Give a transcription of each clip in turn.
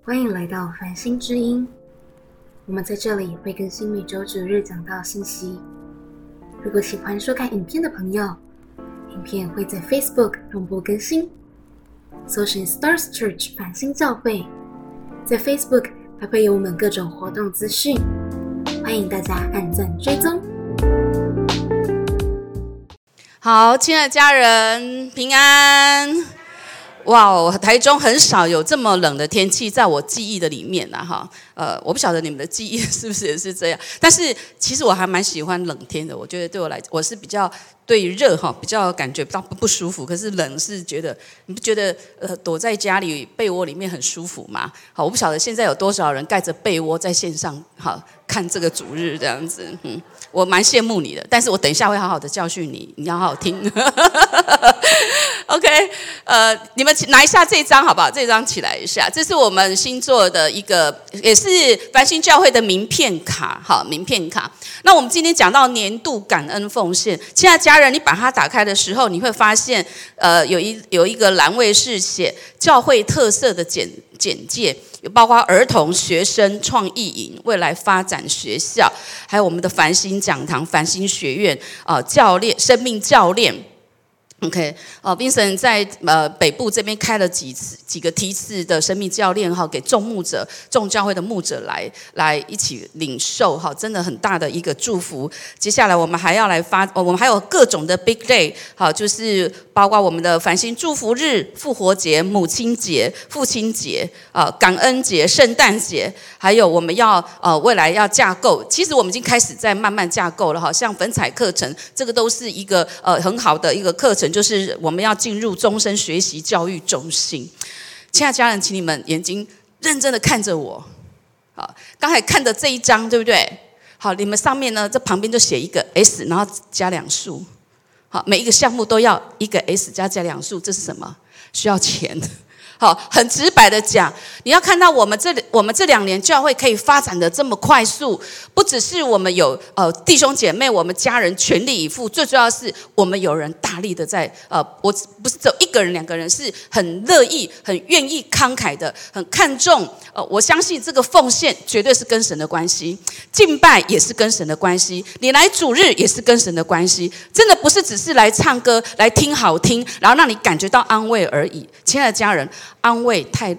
欢迎来到繁星之音，我们在这里会更新每周主日讲道信息。如果喜欢收看影片的朋友，影片会在 Facebook 同步更新，搜寻 Stars Church 繁星教会，在 Facebook 还会有我们各种活动资讯，欢迎大家按赞追踪。 好，亲爱的家人，平安。哇，台中很少有这么冷的天气，在我记忆的里面哈。我不晓得你们的记忆是不是也是这样，但是其实我还蛮喜欢冷天的。我觉得对我来，我是比较对热哈比较感觉比较不舒服，可是冷是觉得，你不觉得躲在家里被窝里面很舒服吗？好，我不晓得现在有多少人盖着被窝在线上好看这个主日这样子，我蛮羡慕你的，但是我等一下会好好的教训你，你要好好听。OK， 你们拿一下这张好不好？这张起来一下，这是我们新做的一个，也是繁星教会的名片卡，好，名片卡。那我们今天讲到年度感恩奉献，亲爱的家人，你把它打开的时候，你会发现，有一个栏位是写教会特色的简介。有包括儿童、学生、创意营、未来发展学校，还有我们的繁星讲堂、繁星学院，教练、生命教练。OK， Vincent 在北部这边开了几个梯次的生命教练哈，给众牧者、众教会的牧者来一起领受哈，真的很大的一个祝福。接下来我们还要来我们还有各种的 Big Day， 好，就是包括我们的繁星祝福日、复活节、母亲节、父亲节感恩节、圣诞节，还有我们要未来要架构。其实我们已经开始在慢慢架构了哈，像粉彩课程，这个都是一个很好的一个课程。就是我们要进入终身学习教育中心。亲爱的家人，请你们眼睛认真的看着我。好，刚才看的这一张，对不对？好，你们上面呢，这旁边就写一个 S， 然后加2数。好，每一个项目都要一个 S 加2数，这是什么？需要钱。好，很直白的讲，你要看到我们这2年教会可以发展的这么快速，不只是我们有弟兄姐妹，我们家人全力以赴，最重要的是我们有人大力的在我不是只有1个人2个人，是很乐意、很愿意慷慨的，很看重。我相信这个奉献绝对是跟神的关系，敬拜也是跟神的关系，你来主日也是跟神的关系，真的不是只是来唱歌、来听好听，然后让你感觉到安慰而已。亲爱的家人，安慰太，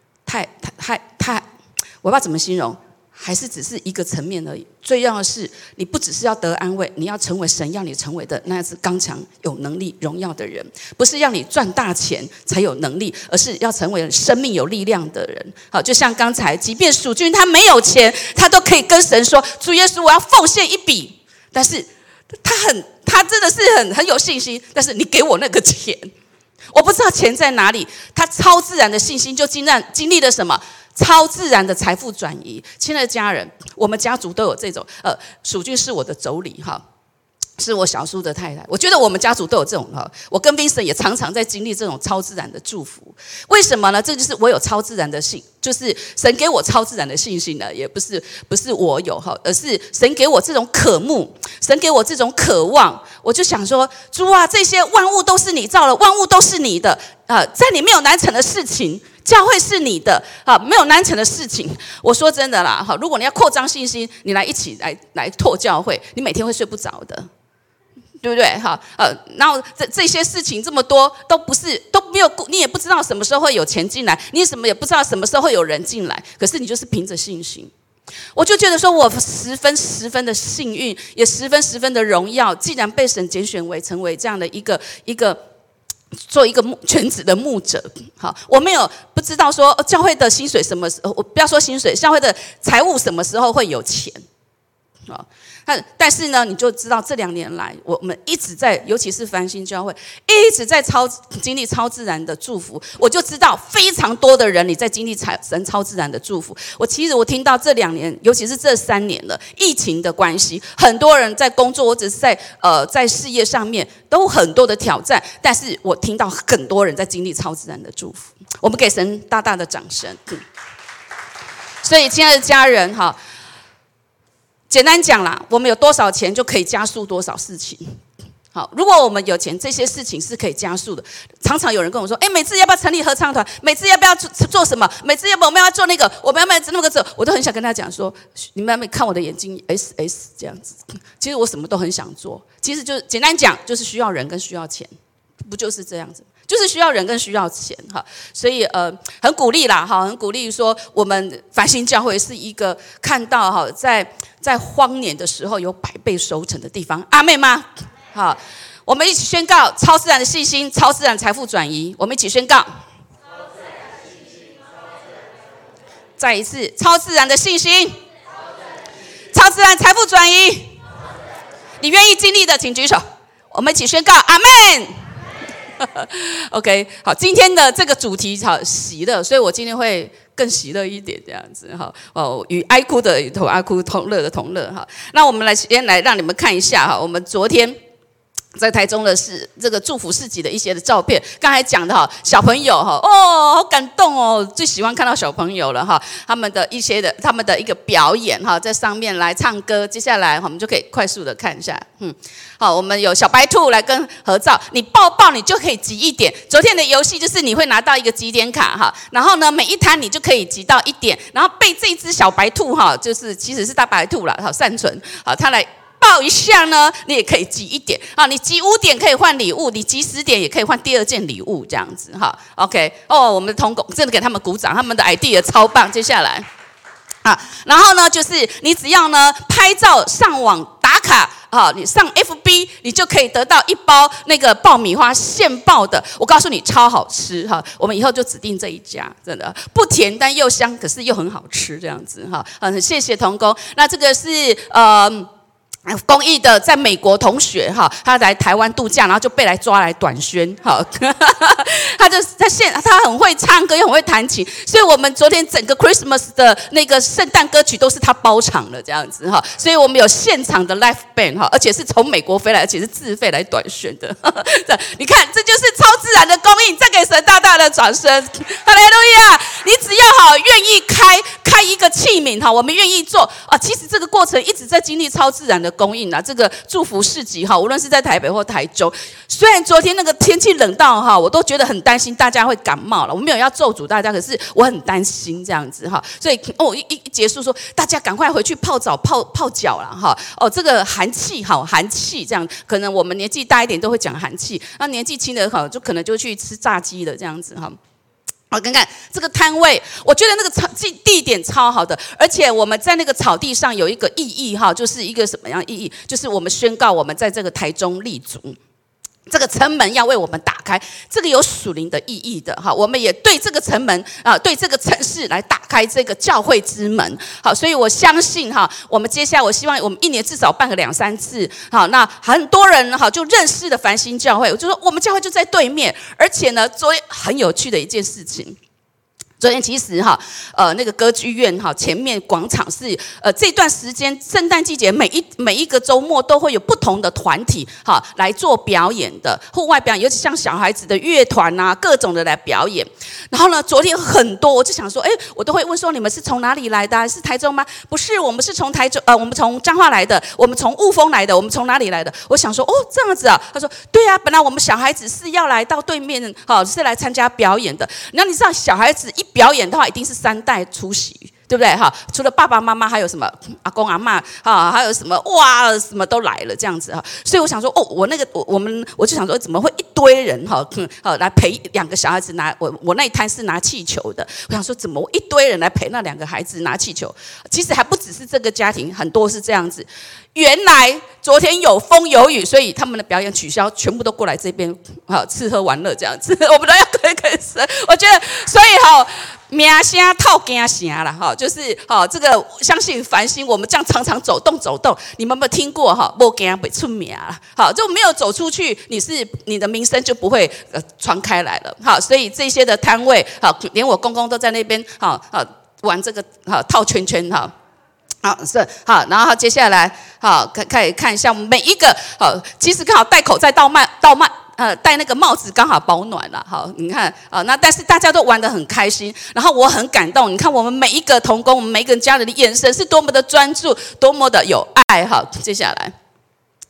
我不知道怎么形容，还是只是一个层面而已。最重要的是，你不只是要得安慰，你要成为神要你成为的那样子刚强、有能力、荣耀的人，不是要你赚大钱才有能力，而是要成为生命有力量的人。好，就像刚才，即便蜀君他没有钱，他都可以跟神说：“主耶稣，我要奉献一笔。”但是他真的是很有信心，但是你给我那个钱。我不知道钱在哪里，他超自然的信心就经历了什么？超自然的财富转移。亲爱的家人，我们家族都有这种。蜀君是我的妯娌哈，是我小叔的太太。我觉得我们家族都有这种哈。我跟 Vincent 也常常在经历这种超自然的祝福。为什么呢？这就是我有超自然的信，就是神给我超自然的信心呢，也不是我有哈，而是神给我这种渴慕，神给我这种渴望。我就想说，主啊，这些万物都是你造的，万物都是你的在你没有难成的事情。教会是你的没有难成的事情。我说真的啦，如果你要扩张信心，你来一起来拓教会，你每天会睡不着的，对不对？然后这些事情这么多，都没有，你也不知道什么时候会有钱进来，你也不知道什么时候会有人进来，可是你就是凭着信心。我就觉得说，我十分的幸运，也十分的荣耀，既然被神拣选为成为这样的一个做一个全职的牧者。好，我没有不知道说教会的薪水什么时候，我不要说薪水，教会的财务什么时候会有钱。但是呢，你就知道这2年来，我们一直在，尤其是繁星教会，一直在经历超自然的祝福。我就知道非常多的人你在经历神超自然的祝福。其实我听到这2年，尤其是这3年了，疫情的关系，很多人在工作或者是在事业上面都有很多的挑战，但是我听到很多人在经历超自然的祝福。我们给神大大的掌声。所以，亲爱的家人哈。简单讲啦，我们有多少钱就可以加速多少事情。 好，如果我们有钱，这些事情是可以加速的。常常有人跟我说：“美智要不要成立合唱团？美智要不要做什么？美智我们要做那个，我们要不要那个做？”我都很想跟他讲说：“你们看我的眼睛 ，SS 这样子。其实我什么都很想做，其实就简单讲，就是需要人跟需要钱，不就是这样子？就是需要人跟需要钱哈。所以很鼓励啦哈，很鼓励说我们繁星教会是一个看到哈，在荒年的时候有100倍收成的地方。阿妹吗？好，我们一起宣告超自然的信心，超自然财富转移。我们一起宣告，再一次，超自然的信心，超自然财富转移。你愿意经历的，请举手。我们一起宣告，阿们。OK， 好，今天的这个主题好喜乐，所以我今天会更喜乐一点，这样子哈。与哀哭的同哀哭，同乐的同乐哈。那我们先来让你们看一下哈，我们昨天在台中的是这个祝福市集的一些的照片。刚才讲的哈，小朋友哈，好感动哦，最喜欢看到小朋友了哈。他们的一个表演哈，在上面来唱歌。接下来我们就可以快速的看一下，好，我们有小白兔来跟合照，你抱抱你就可以集1点。昨天的游戏就是你会拿到一个集点卡哈，然后呢每一摊你就可以集到1点，然后被这只小白兔哈，就是其实是大白兔啦，好善存，好它来抱一下呢，你也可以集1点啊，你集5点可以换礼物，你集10点也可以换第2件礼物这样子哈。OK， 我们的同工真的给他们鼓掌，他们的 idea 超棒。接下来啊，然后呢就是你只要呢拍照上网打卡。你上 FB 你就可以得到1包那个爆米花现爆的，我告诉你超好吃哈！我们以后就指定这一家，真的不甜但又香，可是又很好吃这样子哈。很谢谢同工。那这个是公益的，在美国同学哈，他来台湾度假，然后就被抓来短宣哈。他很会唱歌，又很会弹琴，所以我们昨天整个 Christmas 的那个圣诞歌曲都是他包场的这样子哈。所以我们有现场的 live band 哈，而且是从美国飞来，而且是自费来短宣的。你看，这就是超自然的供应，再给神大大的掌声，哈利路亚！你只要愿意开一个器皿哈，我们愿意做啊。其实这个过程一直在经历超自然的供应啊，这个祝福市集哈，无论是在台北或台中，虽然昨天那个天气冷到哈，我都觉得很担心大家会感冒了。我没有要咒诅大家，可是我很担心这样子哈。所以一结束说，大家赶快回去泡澡泡脚了哈。这个寒气这样，可能我们年纪大一点都会讲寒气，那年纪轻的哈，就可能就去吃炸鸡了这样子哈。好，看看这个摊位，我觉得那个地点超好的，而且我们在那个草地上有一个意义哈，就是一个什么样意义？就是我们宣告我们在这个台中立足。这个城门要为我们打开，这个有属灵的意义的哈。我们也对这个城门对这个城市来打开这个教会之门。好，所以我相信哈，我们接下来我希望我们1年至少办个2-3次。好，那很多人哈就认识了繁星教会，我就说我们教会就在对面，而且呢，昨天很有趣的一件事情。昨天其实那个歌剧院前面广场是这段时间圣诞季节每一个周末都会有不同的团体来做表演的户外表演，尤其像小孩子的乐团啊，各种的来表演。然后呢，昨天很多，我就想说，我都会问说你们是从哪里来的？是台中吗？不是，我们是从台中，我们从彰化来的，我们从雾峰来的，我们从哪里来的？我想说，这样子啊。他说，对啊，本来我们小孩子是要来到对面，是来参加表演的。那你知道小孩子一表演的话，一定是3代出席，对不对哈？除了爸爸妈妈，还有什么阿公阿嬷还有什么哇，什么都来了这样子哈。所以我想说，我就想说，怎么会一堆人来陪2个小孩子拿我那一摊是拿气球的。我想说，怎么一堆人来陪那2个孩子拿气球？其实还不只是这个家庭，很多是这样子。原来昨天有风有雨，所以他们的表演取消，全部都过来这边吃喝玩乐这样子。我们都要跟神，我觉得，所以名声套惊声啦就是这个相信繁星，我们这样常常走动，你们有没有听过没惊不出名啦？就没有走出去，你的名声就不会传开来了。所以这些的摊位连我公公都在那边玩这个套圈圈好，然后接下来可以看一下每一个其实刚好戴口罩戴那个帽子刚好保暖了。好，你看那但是大家都玩得很开心，然后我很感动。你看我们每一个同工，我们每一个家人的眼神是多么的专注，多么的有爱。好，接下来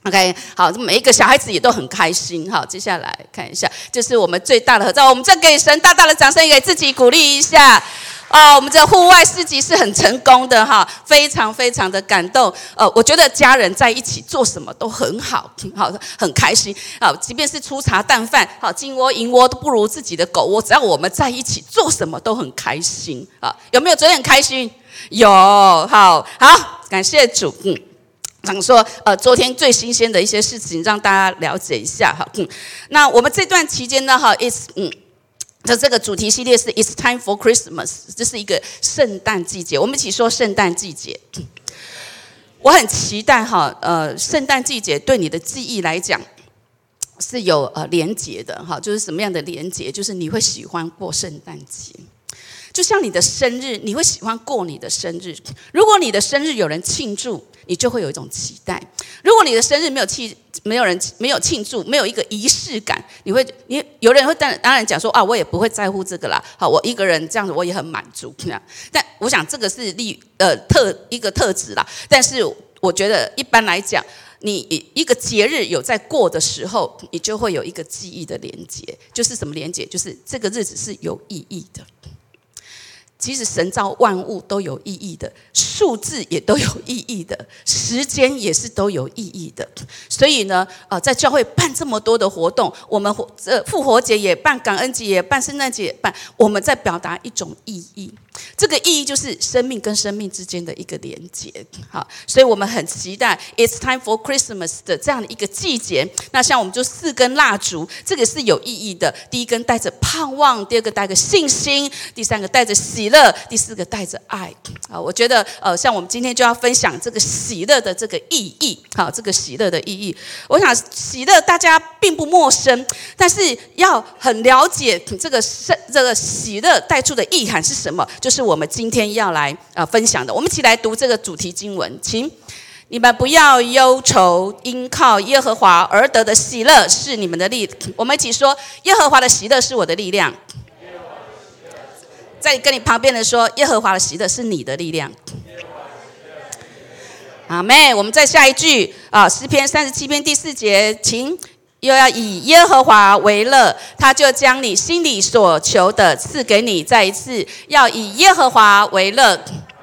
OK， 好，每一个小孩子也都很开心。好，接下来看一下，这是我们最大的合照，我们再给神大大的掌声，也给自己鼓励一下。我们这户外市集是很成功的哈，非常非常的感动。我觉得家人在一起做什么都很好，好，很开心。好，即便是粗茶淡饭，好，金窝银窝都不如自己的狗窝，只要我们在一起做什么都很开心。啊，有没有昨天很开心？有，好，感谢主。想说昨天最新鲜的一些事情，让大家了解一下哈。那我们这段期间呢，哈这个主题系列是 It's time for Christmas， 这是一个圣诞季节，我们一起说圣诞季节。我很期待哈，圣诞季节对你的记忆来讲是有连结的哈，就是什么样的连结？就是你会喜欢过圣诞节。就像你的生日，你会喜欢过你的生日。如果你的生日有人庆祝，你就会有一种期待；如果你的生日没有庆祝，没有一个仪式感，有人会当然讲说啊，我也不会在乎这个啦。好，我一个人这样子我也很满足。但我想这个是一个特质啦。但是我觉得一般来讲，你一个节日有在过的时候，你就会有一个记忆的连结。就是什么连结？就是这个日子是有意义的。其实神造万物都有意义的，数字也都有意义的，时间也是都有意义的。所以呢，在教会办这么多的活动，我们复活节也办，感恩节也办，圣诞节也办，我们在表达一种意义。这个意义就是生命跟生命之间的一个连结。好，所以我们很期待 It's time for Christmas 的这样的一个季节。那像我们就4根蜡烛，这个是有意义的。第一根带着盼望，第二个带着信心，第三个带着喜乐，第四个带着爱。我觉得像我们今天就要分享这个喜乐的这个意义。好，这个喜乐的意义，我想喜乐大家并不陌生，但是要很了解这个喜乐带出的意涵是什么，就是我们今天要来分享的。我们一起来读这个主题经文，请你们不要忧愁，因靠耶和华而得的喜乐是你们的力。我们一起说，耶和华的喜乐是我的力量。再跟你旁边的说，耶和华的喜乐是你的力量。阿们。我们再下一句诗篇37篇第4节，请又要以耶和华为乐，他就将你心里所求的赐给你。再一次，要以耶和华为乐。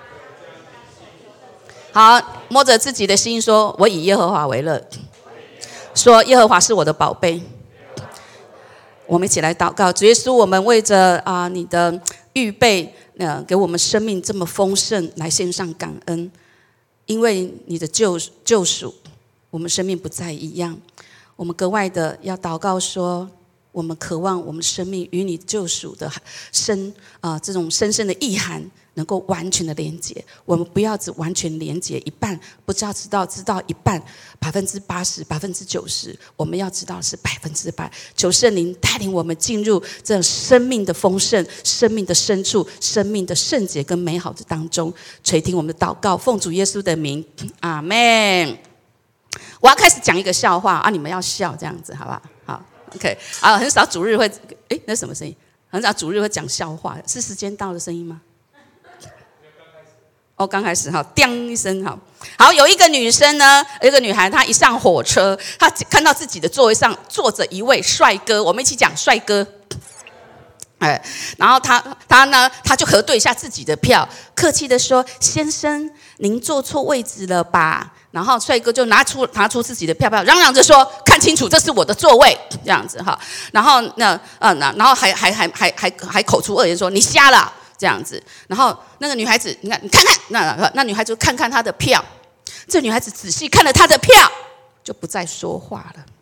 好，摸着自己的心说，我以耶和华为乐。说耶和华是我的宝贝。我们一起来祷告，主耶稣，我们为着你的预备给我们生命这么丰盛来献上感恩，因为你的救赎，我们生命不再一样。我们格外的要祷告说，我们渴望我们生命与你救赎的这种深深的意涵能够完全的连结。我们不要只完全连结一半，不知道知道一半，80%、90%，我们要知道是100%。求圣灵带领我们进入这生命的丰盛、生命的深处、生命的圣洁跟美好的当中。垂听我们的祷告，奉主耶稣的名，阿们。我要开始讲一个笑话你们要笑，这样子好不好？好 ，OK。很少主日会，那什么声音？很少主日会讲笑话，是时间到的声音吗？刚开始叮一声好，有一个女生呢，有一个女孩，她一上火车，她看到自己的座位上坐着一位帅哥，我们一起讲帅哥。然后她就核对一下自己的票，客气的说：“先生，您坐错位置了吧？”然后帅哥就拿出自己的票，嚷嚷着说：“看清楚，这是我的座位。”这样子然后然后还口出恶言说：“你瞎了。”这样子，然后那个女孩子，你看那女孩子看看她的票，这女孩子仔细看了她的票，就不再说话了。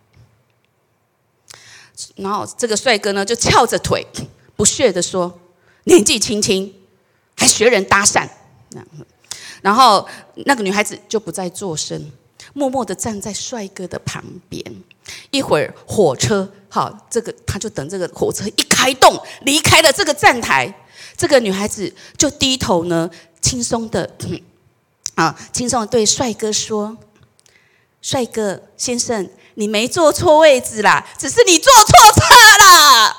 然后这个帅哥呢，就翘着腿，不屑地说：“年纪轻轻，还学人搭讪。”然后那个女孩子就不再作声，默默地站在帅哥的旁边。一会儿火车，他就等这个火车一开动，离开了这个站台。这个女孩子就低头呢，轻松的对帅哥说：“帅哥先生，你没坐错位置啦，只是你坐错车啦。”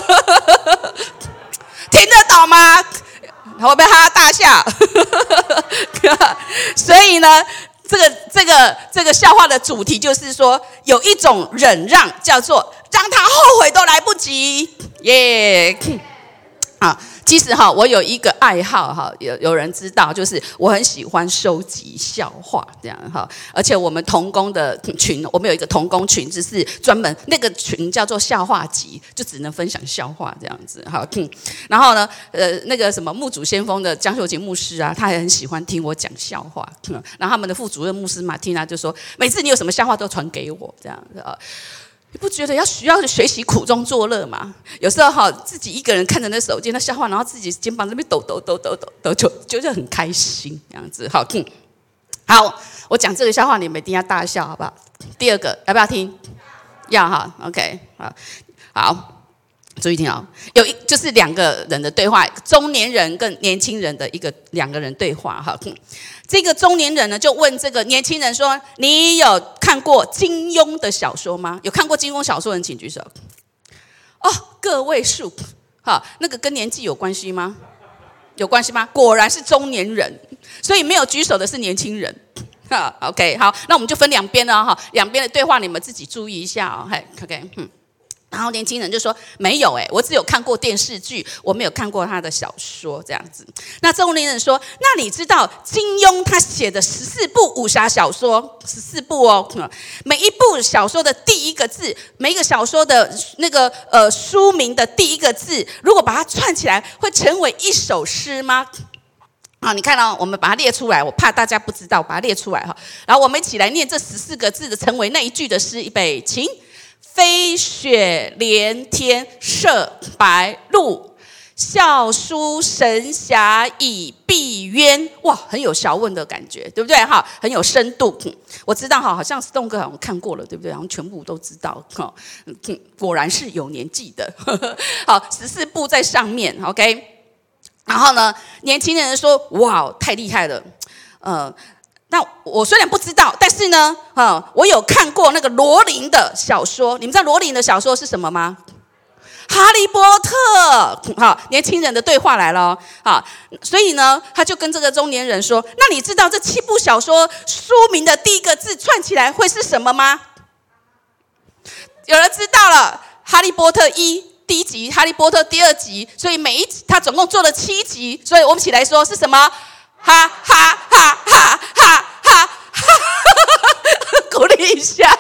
听得懂吗？会不会哈哈大笑？所以呢， 这个笑话的主题就是说，有一种忍让叫做让他后悔都来不及，耶、其实我有一个爱好有人知道，就是我很喜欢收集笑话这样而且我们同工的群，我们有一个同工群，就是专门那个群叫做笑话集，就只能分享笑话这样子然后呢，那个什么牧主先锋的江秀琴牧师啊，他也很喜欢听我讲笑话，然后他们的副主任牧师马蒂娜就说，每次你有什么笑话都传给我这样子你不觉得需要学习苦中作乐吗？有时候自己一个人看着那手机那笑话，然后自己肩膀这边抖，就很开心这样子。好，我讲这个笑话，你们一定要大笑，好不好？第二个要不要听？要，OK， 好。注意听就是两个人的对话，中年人跟年轻人的两个人对话这个中年人呢，就问这个年轻人说：“你有看过金庸的小说吗？有看过金庸小说的人请举手。”个位数，那个跟年纪有关系吗？有关系吗？果然是中年人，所以没有举手的是年轻人。OK， 好，那我们就分两边了两边的对话你们自己注意一下OK，然后年轻人就说没有我只有看过电视剧，我没有看过他的小说这样子。那中年人说，那你知道金庸他写的14部武侠小说，14部每一部小说的第一个字，每一个小说的那个书名的第一个字，如果把它串起来，会成为一首诗吗？你看我们把它列出来，我怕大家不知道，把它列出来然后我们一起来念这14个字的成为那一句的诗，预备，请。飞雪连天射白鹿，笑书神侠倚碧鸳。哇，很有小问的感觉，对不对很有深度我知道好像 Stone 哥好像看过了，对不对？好像全部都知道果然是有年纪的好，14部在上面 OK。 然后呢，年轻人说哇太厉害了那我虽然不知道，但是呢，我有看过那个罗琳的小说。你们知道罗琳的小说是什么吗？哈利波特。年轻人的对话来了所以呢，他就跟这个中年人说：“那你知道这7部小说书名的第一个字串起来会是什么吗？”有人知道了，哈利波特1第1集，哈利波特第2集，所以他总共做了7集，所以我们一起来说是什么？哈哈哈哈哈哈！鼓励一下。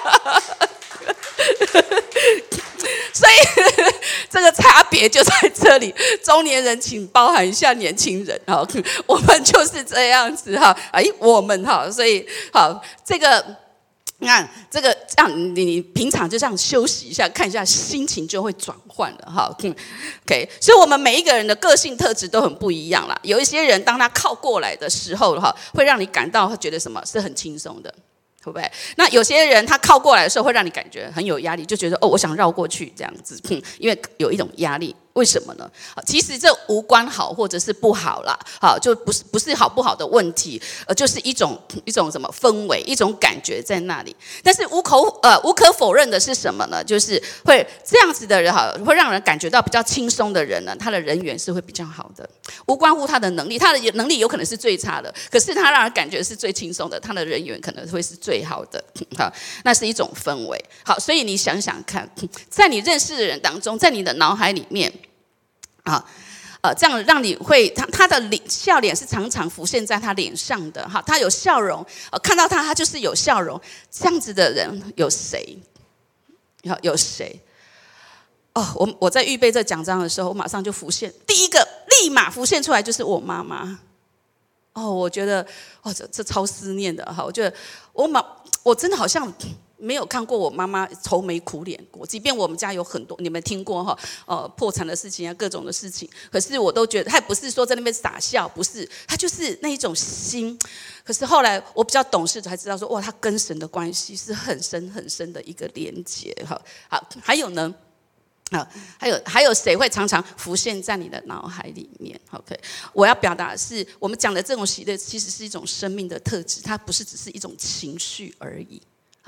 所以这个差别就在这里，中年人请包含一下年轻人我们就是这样子我们所以这个。你看这个，这样你平常就这样休息一下，看一下心情就会转换了OK， 所以我们每一个人的个性特质都很不一样啦。有一些人当他靠过来的时候会让你感到觉得什么是很轻松的，会不会？那有些人他靠过来的时候会让你感觉很有压力，就觉得我想绕过去这样子因为有一种压力。为什么呢？其实这无关好或者是不好啦，就不是好不好的问题，就是一种什么氛围，一种感觉在那里。但是无可否认的是什么呢？就是会这样子的人会让人感觉到比较轻松的人呢，他的人缘是会比较好的，无关乎他的能力，他的能力有可能是最差的，可是他让人感觉是最轻松的，他的人缘可能会是最好的。那是一种氛围。所以你想想看，在你认识的人当中，在你的脑海里面。这样让你会他的笑脸是常常浮现在他脸上的他有笑容，看到他就是有笑容。这样子的人有谁？有谁？我在预备这讲章的时候，我马上就浮现第一个，立马浮现出来就是我妈妈。我觉得这超思念的我觉得我真的好像。没有看过我妈妈愁眉苦脸过，即便我们家有很多你们听过破产的事情各种的事情，可是我都觉得她不是说在那边傻笑，不是，她就是那一种心。可是后来我比较懂事才知道说，哇，她跟神的关系是很深很深的一个连结还有呢？还有谁会常常浮现在你的脑海里面 ？OK， 我要表达的是，我们讲的这种喜乐，其实是一种生命的特质，它不是只是一种情绪而已。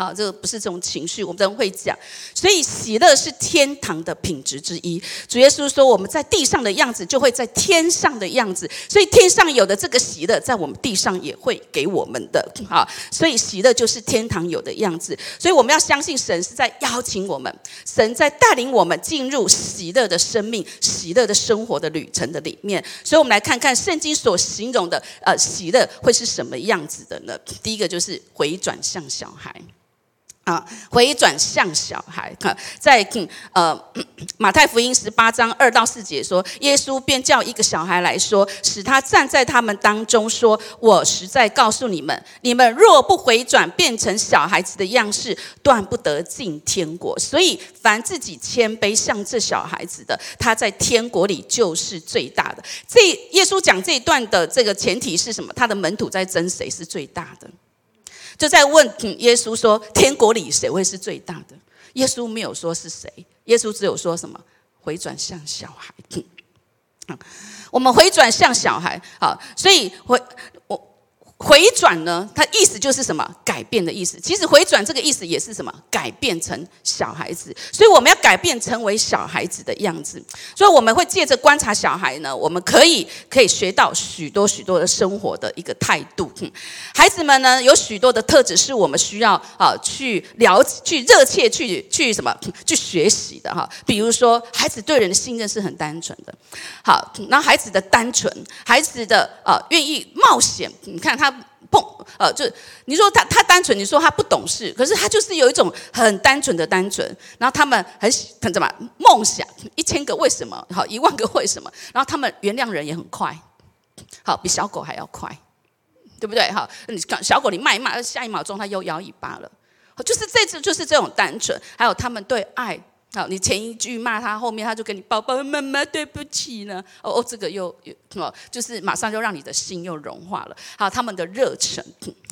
好，这个不是这种情绪，我们等会讲。所以喜乐是天堂的品质之一。主耶稣说，我们在地上的样子，就会在天上的样子。所以天上有的这个喜乐，在我们地上也会给我们的。好，所以喜乐就是天堂有的样子。所以我们要相信神是在邀请我们，神在带领我们进入喜乐的生命、喜乐的生活的旅程的里面。所以我们来看看圣经所形容的喜乐会是什么样子的呢？第一个就是回转向小孩。回转向小孩，在马太福音18章2到4节说，耶稣便叫一个小孩来说，使他站在他们当中，说：我实在告诉你们，你们若不回转，变成小孩子的样式，断不得进天国。所以，凡自己谦卑像这小孩子的，他在天国里就是最大的。耶稣讲这一段的这个前提是什么？他的门徒在争谁是最大的。就在问耶稣说，天国里谁会是最大的？耶稣没有说是谁，耶稣只有说什么？回转向小孩。我们回转向小孩，好，所以回转呢，它意思就是什么？改变的意思。其实回转这个意思也是什么？改变成小孩子。所以我们要改变成为小孩子的样子。所以我们会借着观察小孩呢，我们可以学到许多的生活的一个态度。孩子们呢，有许多的特质是我们需要去了解、去热切去什么？去学习的哈。比如说，孩子对人的信任是很单纯的。好，那孩子的单纯，孩子的愿意冒险。你看他。就你说他单纯，你说他不懂事，可是他就是有一种很单纯的单纯。然后他们很怎么梦想1000个为什么，好10000个为什么。然后他们原谅人也很快，好比小狗还要快，对不对？好，你小狗你骂一骂，下一秒钟它又摇尾巴了，就是这种单纯。还有他们对爱。好，你前一句骂他，后面他就跟你抱抱，妈妈对不起呢。这个又就是马上就让你的心又融化了。好，他们的热忱。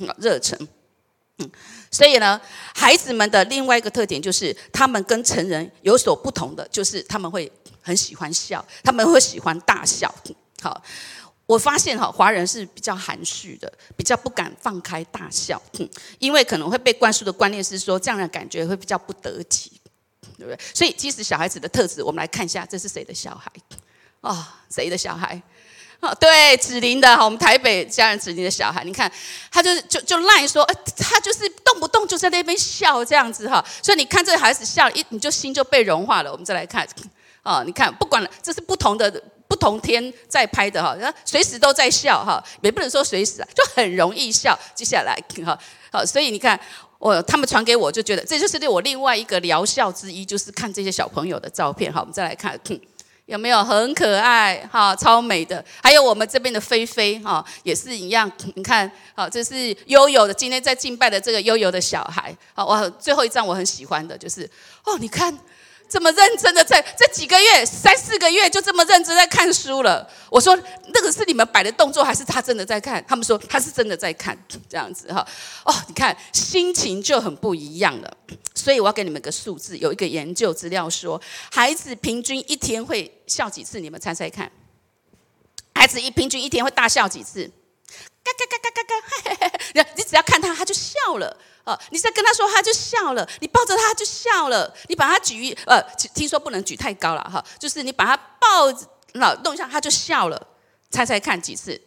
所以呢，孩子们的另外一个特点就是，他们跟成人有所不同的，就是他们会很喜欢笑，他们会喜欢大笑。好，我发现华人是比较含蓄的，比较不敢放开大笑，因为可能会被灌输的观念是说，这样的感觉会比较不得体。对不对？所以其实小孩子的特质，我们来看一下，这是谁的小孩？谁的小孩？对，子琳的，我们台北家人子琳的小孩，你看他就赖说，他就是动不动就在那边笑这样子哈，所以你看这个孩子笑，你就心就被融化了。我们再来看，你看，不管这是不同天在拍的哈，随时都在笑哈，也不能说随时就很容易笑。接下来好，所以你看。他们传给我，就觉得这就是我另外一个疗效之一，就是看这些小朋友的照片。好，我们再来看，有没有很可爱？超美的。还有我们这边的菲菲，也是一样。你看，这是悠悠的，今天在敬拜的这个悠悠的小孩。最后一张我很喜欢的就是，你看。这么认真的在这几个月3、4个月就这么认真在看书了。我说那个是你们摆的动作，还是他真的在看？他们说他是真的在看，这样子哈。你看心情就很不一样了。所以我要给你们个数字，有一个研究资料说，孩子平均一天会笑几次？你们猜猜看，孩子平均一天会大笑几次？嘎嘎嘎嘎嘎嘎，你只要看他就笑了。你再跟他说，他就笑了；你抱着他就笑了；你把他听说不能举太高了哈，就是你把他抱弄一下，他就笑了。猜猜看几次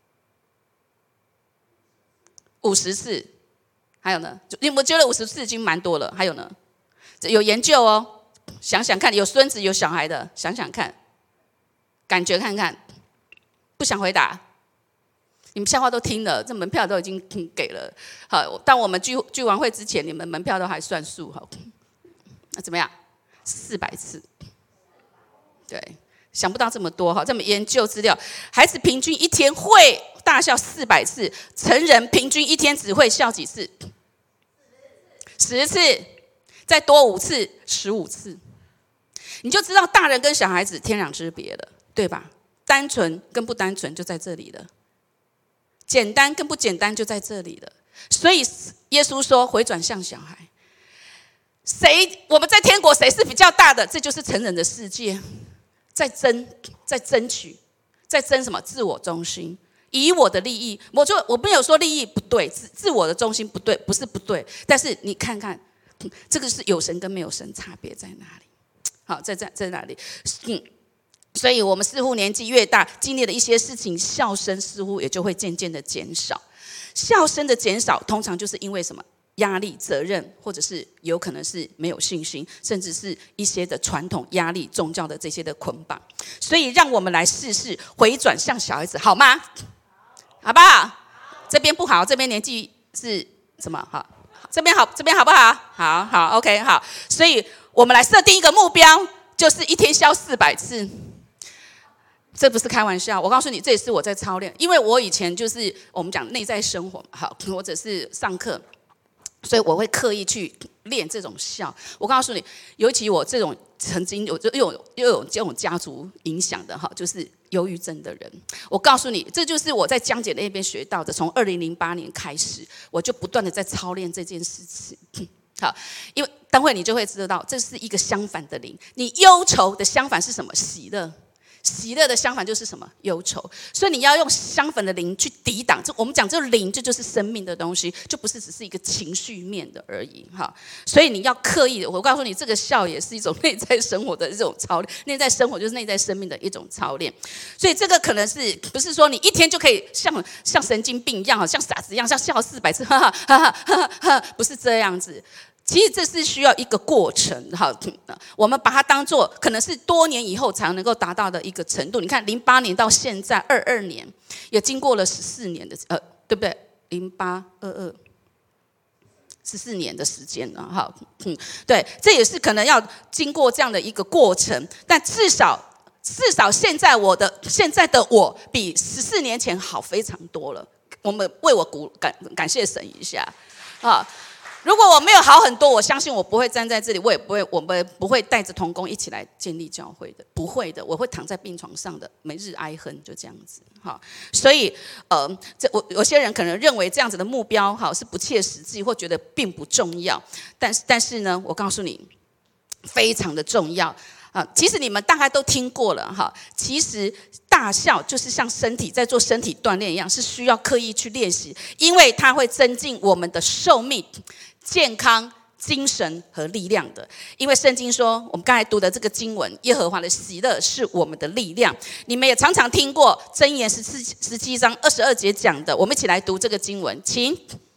？50次。还有呢？我觉得50次已经蛮多了。还有呢？有研究哦，想想看，有孙子有小孩的，想想看，感觉看看。不想回答。你们笑话都听了，这门票都已经给了。好，当我们聚完会之前，你们门票都还算数。好，那怎么样？400次。对，想不到这么多哈。这么研究资料，孩子平均一天会大笑400次，成人平均一天只会笑几次？10次，再多5次，15次。你就知道大人跟小孩子天壤之别了，对吧？单纯跟不单纯就在这里了。简单跟不简单就在这里了，所以耶稣说回转向小孩。我们在天国谁是比较大的？这就是成人的世界，在争取，在争什么？自我中心。 以我的利益，我没有说利益不对，自我的中心不对，不是不对，但是你看看，这个是有神跟没有神差别在哪里？好，在哪里？所以我们似乎年纪越大，经历了一些事情，笑声似乎也就会渐渐的减少。笑声的减少，通常就是因为什么？压力、责任，或者是有可能是没有信心，甚至是一些的传统压力、宗教的这些的捆绑。所以，让我们来试试回转向小孩子，好吗？好不好？这边不好，这边年纪是什么？好，这边好，这边好不好？好 ，OK， 好。所以我们来设定一个目标，就是一天笑400次。这不是开玩笑，我告诉你，这也是我在操练。因为我以前就是我们讲内在生活，好，或者是上课。所以我会刻意去练这种笑。我告诉你，尤其我这种曾经又有这种家族影响的哈，就是忧郁症的人。我告诉你，这就是我在江姐那边学到的。从2008年开始，我就不断的在操练这件事情。好，因为待会你就会知道，这是一个相反的灵。你忧愁的相反是什么？喜乐。喜乐的相反就是什么？忧愁。所以你要用相反的灵去抵挡。我们讲这灵，这就是生命的东西，就不是只是一个情绪面的而已。所以你要刻意的。我告诉你，这个笑也是一种内在生活的这种操练。内在生活就是内在生命的一种操练。所以这个可能是不是说你一天就可以像神经病一样，像傻子一样，像笑400次，哈哈哈哈哈，不是这样子。其实这是需要一个过程，我们把它当作可能是多年以后才能够达到的一个程度。你看08年到现在22年，也经过了14年的对不对？08、22、14年的时间了，对，这也是可能要经过这样的一个过程，但至少现在的我比14年前好非常多了。我们为我感谢神一下啊！如果我没有好很多，我相信我不会站在这里，我们不会带着同工一起来建立教会的，不会的，我会躺在病床上的，每日哀恨，就这样子。所以有些人可能认为这样子的目标是不切实际，或觉得并不重要，但是呢，我告诉你，非常的重要。其实你们大概都听过了其实大笑就是像身体在做身体锻炼一样，是需要刻意去练习，因为它会增进我们的寿命、健康、精神和力量的。因为圣经说，我们刚才读的这个经文，耶和华的喜乐是我们的力量。你们也常常听过箴言17章22节讲的，我们一起来读这个经文，请。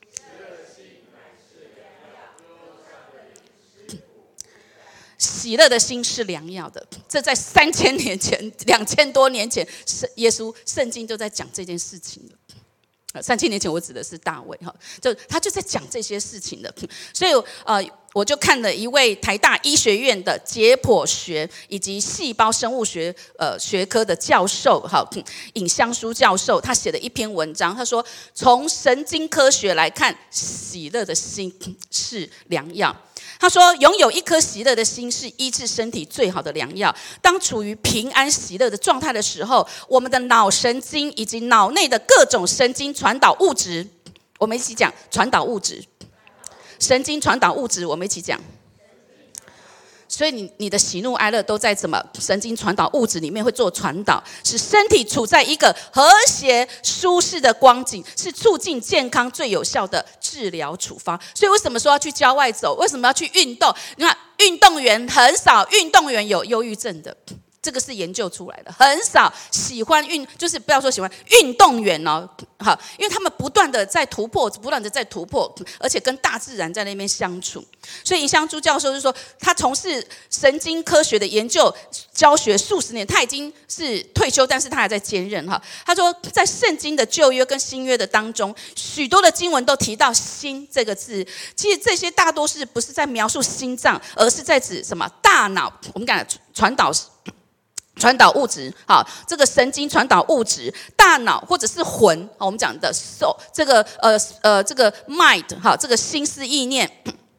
喜乐的心是良药的，这在3000年前、2000多年前，耶稣圣经就在讲这件事情了。3000年前，我指的是大卫他就在讲这些事情的。所以我就看了一位台大医学院的解剖学以及细胞生物学学科的教授尹香书教授，他写的一篇文章，他说从神经科学来看，喜乐的心是良药。他说，拥有一颗喜乐的心是医治身体最好的良药。当处于平安喜乐的状态的时候，我们的脑神经以及脑内的各种神经传导物质，我们一起讲传导物质，神经传导物质，我们一起讲。所以你的喜怒哀乐都在什么神经传导物质里面会做传导，使身体处在一个和谐舒适的光景，是促进健康最有效的治疗处方。所以为什么说要去郊外走？为什么要去运动？你看运动员很少运动员有忧郁症的，这个是研究出来的，很少喜欢就是不要说喜欢运动员因为他们不断的在突破，而且跟大自然在那边相处。所以尹香珠教授就说，他从事神经科学的研究教学数十年，他已经是退休，但是他还在兼任他说，在圣经的旧约跟新约的当中，许多的经文都提到心这个字。其实这些大多是不是在描述心脏，而是在指什么大脑？我们讲传导物质，这个神经传导物质，大脑或者是魂，我们讲的这个mind，这个心思意念。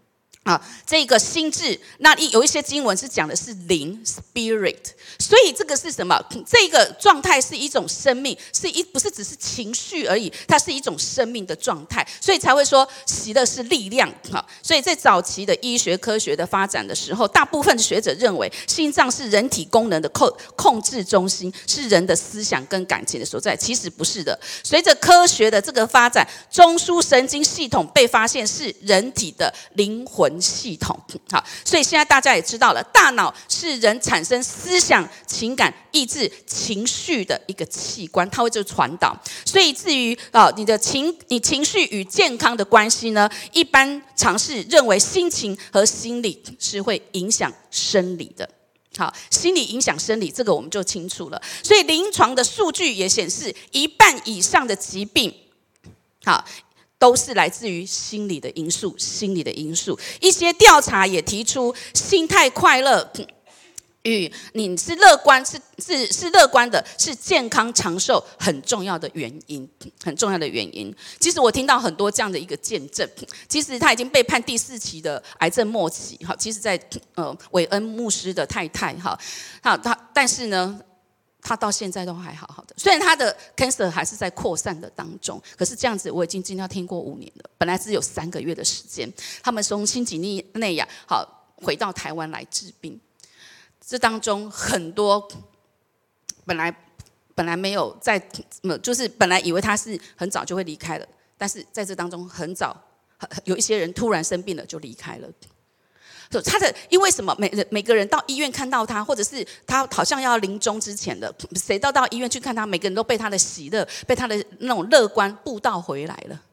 这个心智，那有一些经文是讲的是灵 （spirit）， 所以这个是什么？这个状态是一种生命，不是只是情绪而已，它是一种生命的状态，所以才会说喜乐是力量。所以在早期的医学科学的发展的时候，大部分学者认为心脏是人体功能的控制中心，是人的思想跟感情的所在。其实不是的，随着科学的这个发展，中枢神经系统被发现是人体的灵魂系统。好，所以现在大家也知道了，大脑是人产生思想、情感、意志、情绪的一个器官，它会就传导。所以至于你情绪与健康的关系呢，一般常是认为心情和心理是会影响生理的。好，心理影响生理，这个我们就清楚了。所以临床的数据也显示，一半以上的疾病，都是来自于心理的因素。一些调查也提出，心态快乐与你是乐观的，是健康长寿很重要的原因。其实我听到很多这样的一个见证。其实他已经被判第4期的癌症末期。其实在韦恩牧师的太太但是呢，他到现在都还好好的，虽然他的 cancer 还是在扩散的当中，可是这样子我已经今天听过5年了。本来只有3个月的时间，他们从新几内亚回到台湾来治病。这当中很多本来没有就是本来以为他是很早就会离开了，但是在这当中很早有一些人突然生病了就离开了。因为什么？每个人到医院看到他，或者是他好像要临终之前的，谁到医院去看他，每个人都被他的喜乐，被他的那种乐观布道回来了。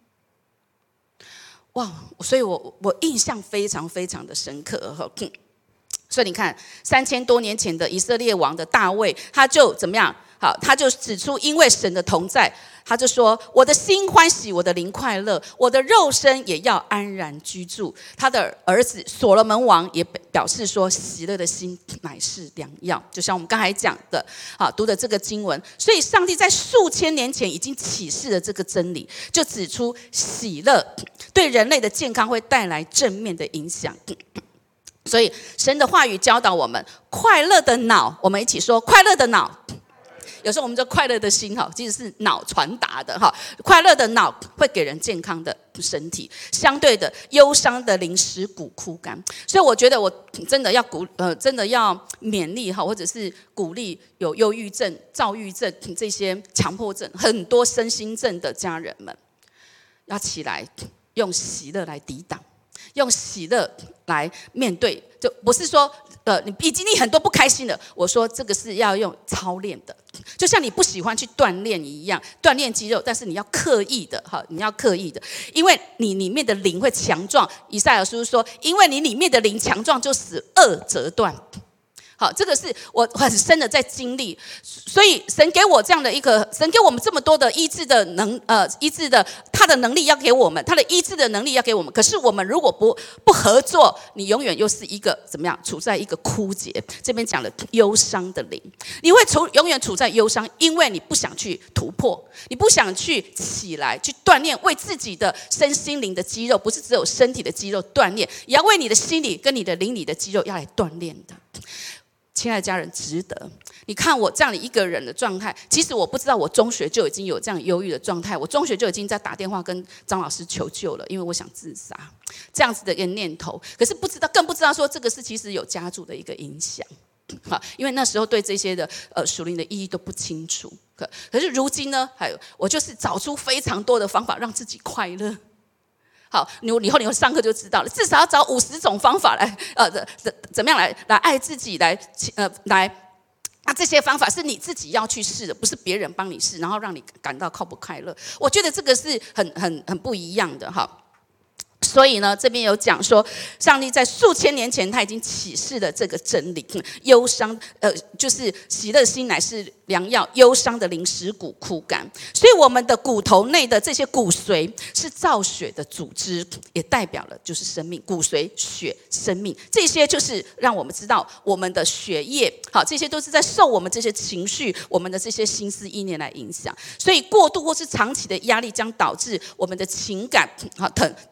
哇！所以我印象非常非常的深刻。所以你看，3000多年前的以色列王的大卫，他就怎么样？他就指出，因为神的同在，他就说：“我的心欢喜，我的灵快乐，我的肉身也要安然居住。”他的儿子所罗门王也表示说：“喜乐的心乃是良药。”就像我们刚才讲的，读的这个经文，所以上帝在数千年前已经启示了这个真理，就指出喜乐对人类的健康会带来正面的影响。所以神的话语教导我们，快乐的脑，我们一起说快乐的脑。有时候我们说快乐的心其实是脑传达的快乐的脑会给人健康的身体，相对的忧伤的灵使骨枯干。所以我觉得我真的要勉励或者是鼓励有忧郁症、躁郁症这些强迫症、很多身心症的家人们，要起来用喜乐来抵挡，用喜乐来面对。就不是说你很多不开心的，我说这个是要用操练的，就像你不喜欢去锻炼一样，锻炼肌肉，但是你要刻意的，因为你里面的灵会强壮。以赛亚书说，因为你里面的灵强壮，就使恶折断。好，这个是我很深的在经历，所以神给我这样的一个，神给我们这么多的医治的他的能力要给我们，他的医治的能力要给我们。可是我们如果不合作，你永远又是一个怎么样？处在一个枯竭。这边讲了忧伤的灵，你会永远处在忧伤，因为你不想去突破，你不想去起来去锻炼，为自己的身心灵的肌肉，不是只有身体的肌肉锻炼，也要为你的心理跟你的灵里的肌肉要来锻炼的。亲爱的家人，值得。你看我这样的一个人的状态，其实我不知道我中学就已经有这样忧郁的状态，我中学就已经在打电话跟张老师求救了，因为我想自杀，这样子的一个念头。可是更不知道说这个是其实有家族的一个影响，因为那时候对这些的属灵的意义都不清楚。可是如今呢，我就是找出非常多的方法让自己快乐。好，以后你上课就知道了，至少要找50种方法来怎么样来爱自己，来这些方法是你自己要去试的，不是别人帮你试，然后让你感到快不快乐。我觉得这个是很不一样的哈。所以呢，这边有讲说，上帝在数千年前他已经启示了这个真理，忧伤就是喜乐心乃是良药，忧伤的灵使骨枯干。所以我们的骨头内的这些骨髓是造血的组织，也代表了就是生命。骨髓、血、生命，这些就是让我们知道我们的血液，好，这些都是在受我们这些情绪、我们的这些心思意念来影响。所以过度或是长期的压力将导致我们的情感痛苦，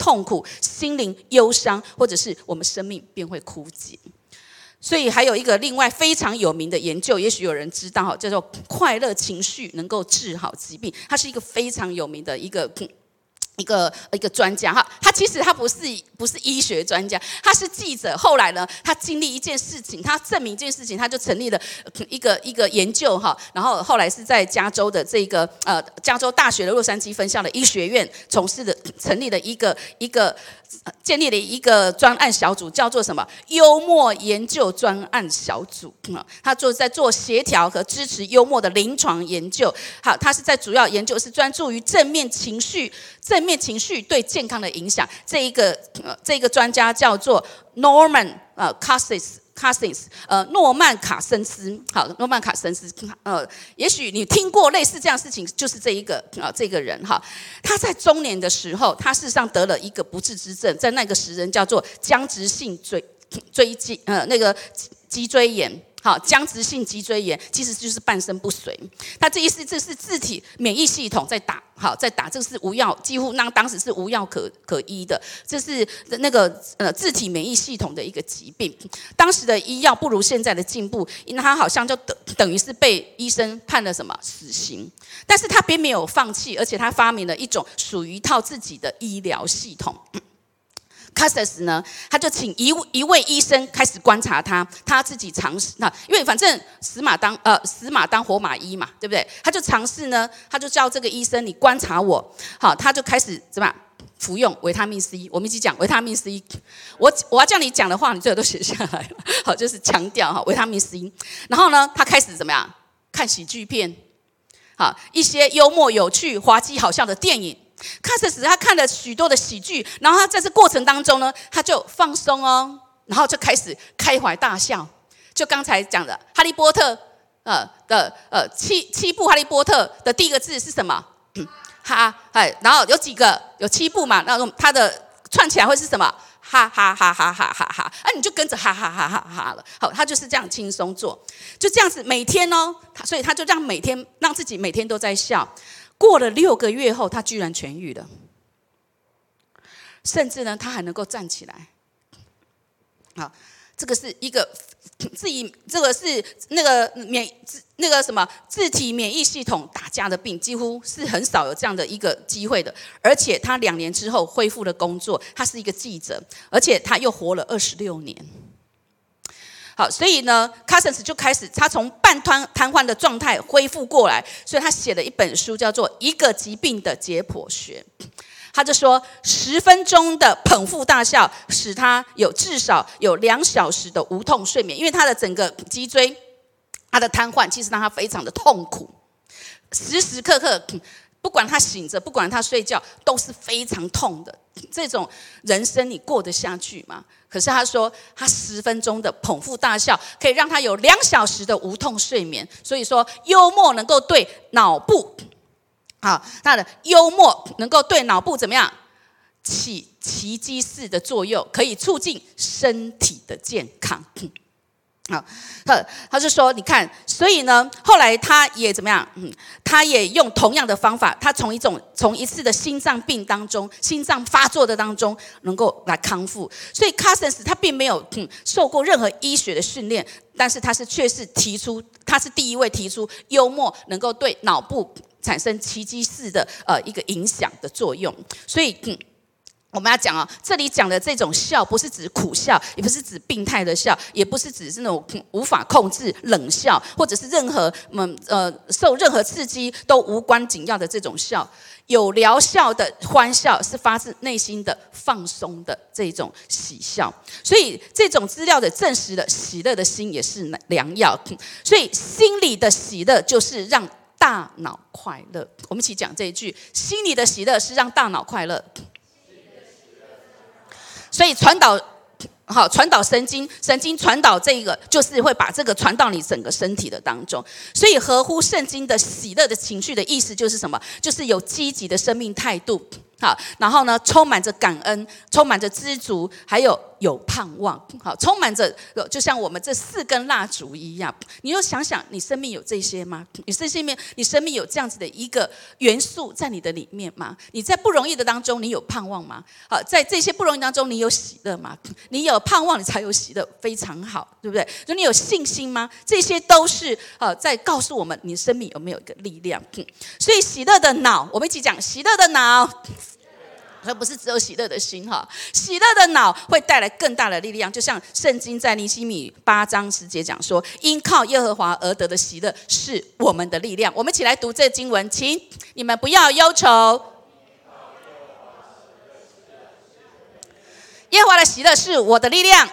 苦，心灵忧伤，或者是我们生命便会枯竭。所以还有一个另外非常有名的研究，也许有人知道，叫做快乐情绪能够治好疾病。它是一个非常有名的一个专家哈，他其实不是医学专家，他是记者。后来呢，他经历一件事情，他证明一件事情，他就成立了一个研究哈。然后后来是在加州的加州大学的洛杉矶分校的医学院成立了建立了一个专案小组，叫做什么？幽默研究专案小组。他在做协调和支持幽默的临床研究。好，他是在主要研究是专注于正面情绪对健康的影响。这个专家叫做 Norman Cousins， 诺曼卡森斯。好，诺曼卡森斯，也许你听过类似这样的事情，就是这个人哈。他在中年的时候，他事实上得了一个不治之症，在那个时人叫做僵直性脊椎炎。好，僵直性脊椎炎其实就是半身不遂。他这意思，这是自体免疫系统在打，这是无药，几乎当时是无药可医的。这是自体免疫系统的一个疾病。当时的医药不如现在的进步，因为他好像就等于是被医生判了什么死刑。但是他并没有放弃，而且他发明了一种属于一套自己的医疗系统。Cousins 呢，他就请一位医生开始观察他自己尝试。因为反正死马当活马医嘛，对不对？他就尝试呢，他就叫这个医生你观察我。好，他就开始怎么样服用维他命 C。我们一起讲维他命 C。我要叫你讲的话，你最好都写下来了。好，就是强调维他命 C。然后呢，他开始怎么样看喜剧片，好，一些幽默有趣、滑稽好笑的电影。Cousins 他看了许多的喜剧，然后他在这过程当中呢，他就放松哦，然后就开始开怀大笑。就刚才讲的《哈利波特》七部《哈利波特》的第一个字是什么？然后有7部嘛，那它的串起来会是什么？哈哈哈哈哈哈哈！你就跟着哈哈哈哈哈了。好，他就是这样轻松做，就这样子每天哦，所以他就让自己每天都在笑。过了6个月后，他居然痊愈了，甚至呢，他还能够站起来。好，这个是一个这个是自体免疫系统打架的病，几乎是很少有这样的一个机会的。而且他2年之后恢复了工作，他是一个记者，而且他又活了26年。好，所以呢 ，Cousins 就开始，他从半瘫痪的状态恢复过来，所以他写了一本书，叫做《一个疾病的解剖学》。他就说，10分钟的捧腹大笑，使他至少有2小时的无痛睡眠，因为他的整个脊椎，他的瘫痪，其实让他非常的痛苦，时时刻刻。不管他醒着，不管他睡觉，都是非常痛的。这种人生你过得下去吗？可是他说，他10分钟的捧腹大笑，可以让他有2小时的无痛睡眠。所以说，幽默能够对脑部，他的幽默能够对脑部怎么样起奇迹式的作用，可以促进身体的健康。好，他就说，你看，所以呢，后来他也怎么样？他也用同样的方法，他从一次的心脏病当中，心脏发作的当中，能够来康复。所以 Cousins 他并没有受过任何医学的训练，但是他是第一位提出幽默能够对脑部产生奇迹式的一个影响的作用。所以我们要讲这里讲的这种笑，不是指苦笑，也不是指病态的笑，也不是指这种无法控制冷笑，或者是受任何刺激都无关紧要的这种笑。有疗效的欢笑是发自内心的放松的这种喜笑。所以这种资料的证实了，喜乐的心也是良药。所以心里的喜乐就是让大脑快乐。我们一起讲这一句：心里的喜乐是让大脑快乐。所以传导神经传导这个，就是会把这个传到你整个身体的当中。所以合乎圣经的喜乐的情绪的意思就是什么？就是有积极的生命态度。好，然后呢，充满着感恩，充满着知足，还有有盼望，好，充满着，就像我们这4根蜡烛一样。你就想想，你生命有这些吗？你生命有这样子的一个元素在你的里面吗？你在不容易的当中，你有盼望吗？好，在这些不容易当中，你有喜乐吗？你有盼望，你才有喜乐，非常好，对不对？就你有信心吗？这些都是在告诉我们，你生命有没有一个力量。所以喜乐的脑，我们一起讲喜乐的脑。而不是只有喜乐的心哈，喜乐的脑会带来更大的力量。就像圣经在尼希米8章10节讲说，因靠耶和华而得的喜乐是我们的力量。我们一起来读这经文，请你们不要忧愁。耶和华的喜乐是我的力量。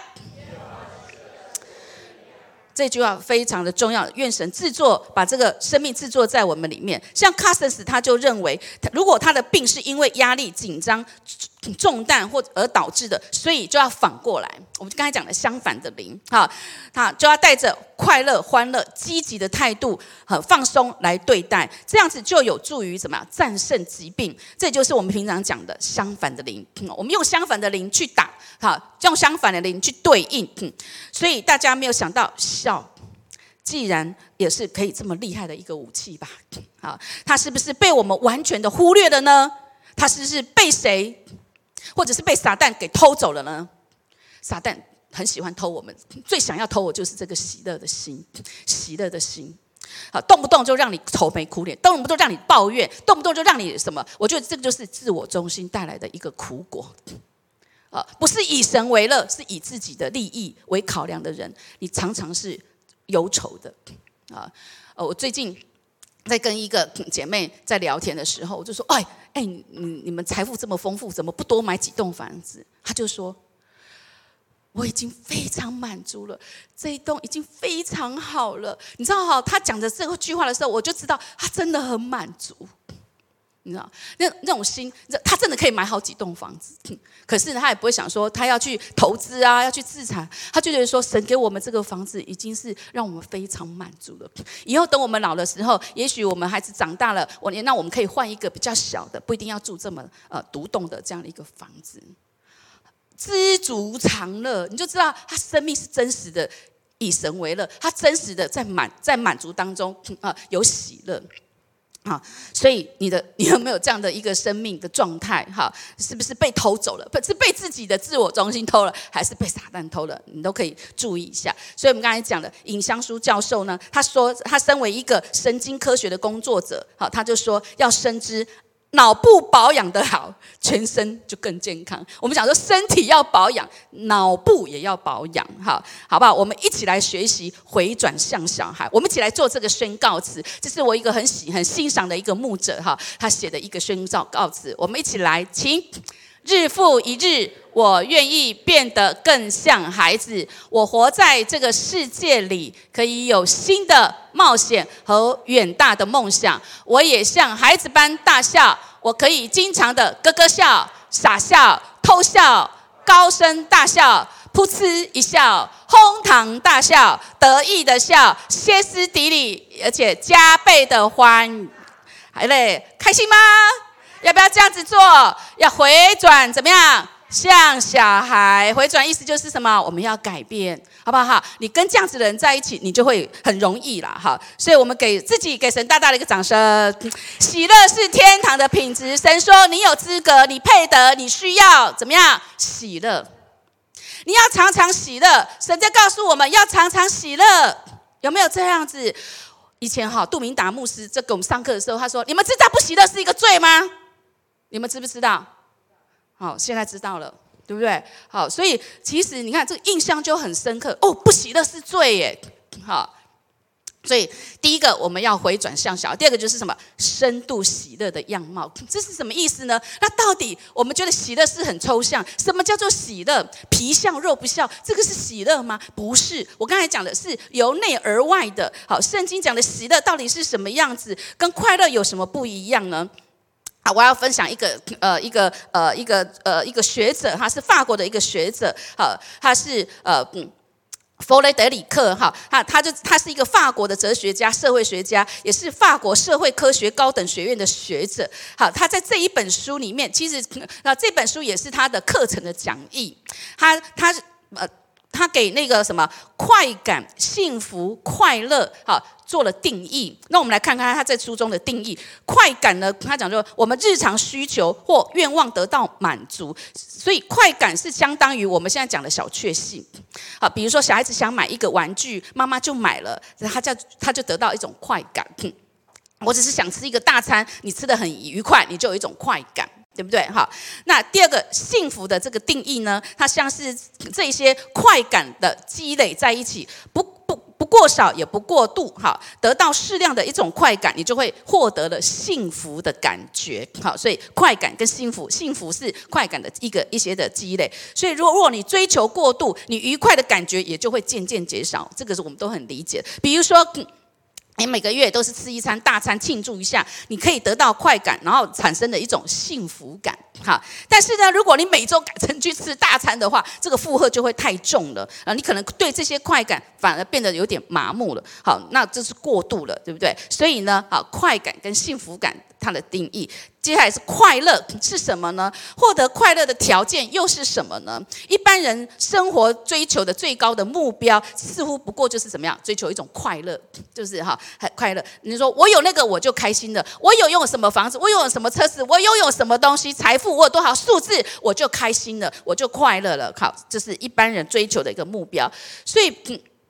这句话非常的重要，愿神把这个生命制作在我们里面。像卡森斯他就认为，如果他的病是因为压力、紧张、重担或而导致的，所以就要反过来，我们刚才讲的相反的灵，他就要带着快乐、欢乐、积极的态度和放松来对待，这样子就有助于怎么样战胜疾病。这就是我们平常讲的相反的灵，我们用相反的灵去打，用相反的灵去对应。所以大家没有想到，笑既然也是可以这么厉害的一个武器吧？它是不是被我们完全的忽略了呢？它是不是被谁，或者是被撒旦给偷走了呢？撒旦很喜欢偷我们，最想要偷我就是这个喜乐的心，喜乐的心。动不动就让你愁眉苦脸，动不动让你抱怨，动不动就让你什么？我觉得这个就是自我中心带来的一个苦果。不是以神为乐，是以自己的利益为考量的人，你常常是忧愁的。我最近在跟一个姐妹在聊天的时候，我就说：“你们财富这么丰富，怎么不多买几栋房子？”她就说：“我已经非常满足了，这一栋已经非常好了。”你知道她讲的这句话的时候，我就知道她真的很满足。你知道那种心，他真的可以买好几栋房子，可是他也不会想说他要去投资啊，要去自产，他就觉得说神给我们这个房子已经是让我们非常满足了。以后等我们老的时候，也许我们孩子长大了，那我们可以换一个比较小的，不一定要住这么独栋的这样的一个房子。知足常乐，你就知道他生命是真实的以神为乐，他真实的在满足当中有喜乐。所以你有没有这样的一个生命的状态？是不是被偷走了？是被自己的自我中心偷了，还是被撒旦偷了？你都可以注意一下。所以我们刚才讲的尹香书教授呢，他说他身为一个神经科学的工作者，他就说要深知脑部保养得好，全身就更健康。我们讲说身体要保养，脑部也要保养，好不好？我们一起来学习回转向小孩，我们一起来做这个宣告词。这是我一个很欣赏的一个牧者他写的一个宣告词。我们一起来，请。日复一日，我愿意变得更像孩子。我活在这个世界里，可以有新的冒险和远大的梦想。我也像孩子般大笑，我可以经常的咯咯笑、傻笑、偷笑、高声大笑、噗嗤一笑、哄堂大笑、得意的笑、歇斯底里，而且加倍的欢。开心吗？要不要这样子做？要回转怎么样？像小孩。回转意思就是什么？我们要改变，好不好？你跟这样子的人在一起，你就会很容易啦。所以我们给神大大的一个掌声。喜乐是天堂的品质，神说你有资格，你配得，你需要怎么样？喜乐。你要常常喜乐，神在告诉我们要常常喜乐，有没有这样子？以前杜明达牧师在给我们上课的时候，他说：“你们知道不喜乐是一个罪吗？”你们知不知道？好，现在知道了，对不对？好，所以其实你看这个印象就很深刻哦，不喜乐是罪耶。好，所以第一个我们要回转向小，第二个就是什么？深度喜乐的样貌，这是什么意思呢？那到底我们觉得喜乐是很抽象，什么叫做喜乐？皮笑肉不笑，这个是喜乐吗？不是，我刚才讲的是由内而外的。好，圣经讲的喜乐到底是什么样子？跟快乐有什么不一样呢？我要分享一个学者，他是法国的一个学者，他是弗雷德里克他是一个法国的哲学家、社会学家，也是法国社会科学高等学院的学者。他在这一本书里面，其实这本书也是他的课程的讲义。他给那个什么快感、幸福、快乐，做了定义。那我们来看看他在书中的定义。快感呢，他讲说我们日常需求或愿望得到满足，所以快感是相当于我们现在讲的小确幸。比如说小孩子想买一个玩具，妈妈就买了，他就得到一种快感。我只是想吃一个大餐，你吃得很愉快，你就有一种快感。对不对？那第二个幸福的这个定义呢，它像是这些快感的积累在一起，不过少也不过度，得到适量的一种快感，你就会获得了幸福的感觉。所以快感跟幸福是快感的一些的积累。所以如果你追求过度，你愉快的感觉也就会渐渐减少，这个是我们都很理解。比如说你每个月都是吃一餐大餐庆祝一下，你可以得到快感，然后产生的一种幸福感。但是呢，如果你每周改成去吃大餐的话，这个负荷就会太重了。你可能对这些快感反而变得有点麻木了。那这是过度了，对不对？所以呢，快感跟幸福感它的定义。接下来是快乐是什么呢？获得快乐的条件又是什么呢？一般人生活追求的最高的目标，似乎不过就是怎么样追求一种快乐，就是很快乐。你说我有那个我就开心了，我有拥有什么房子，我拥有什么车子，我拥有什么东西，财富我有多少数字，我就开心了，我就快乐了。这是一般人追求的一个目标。所以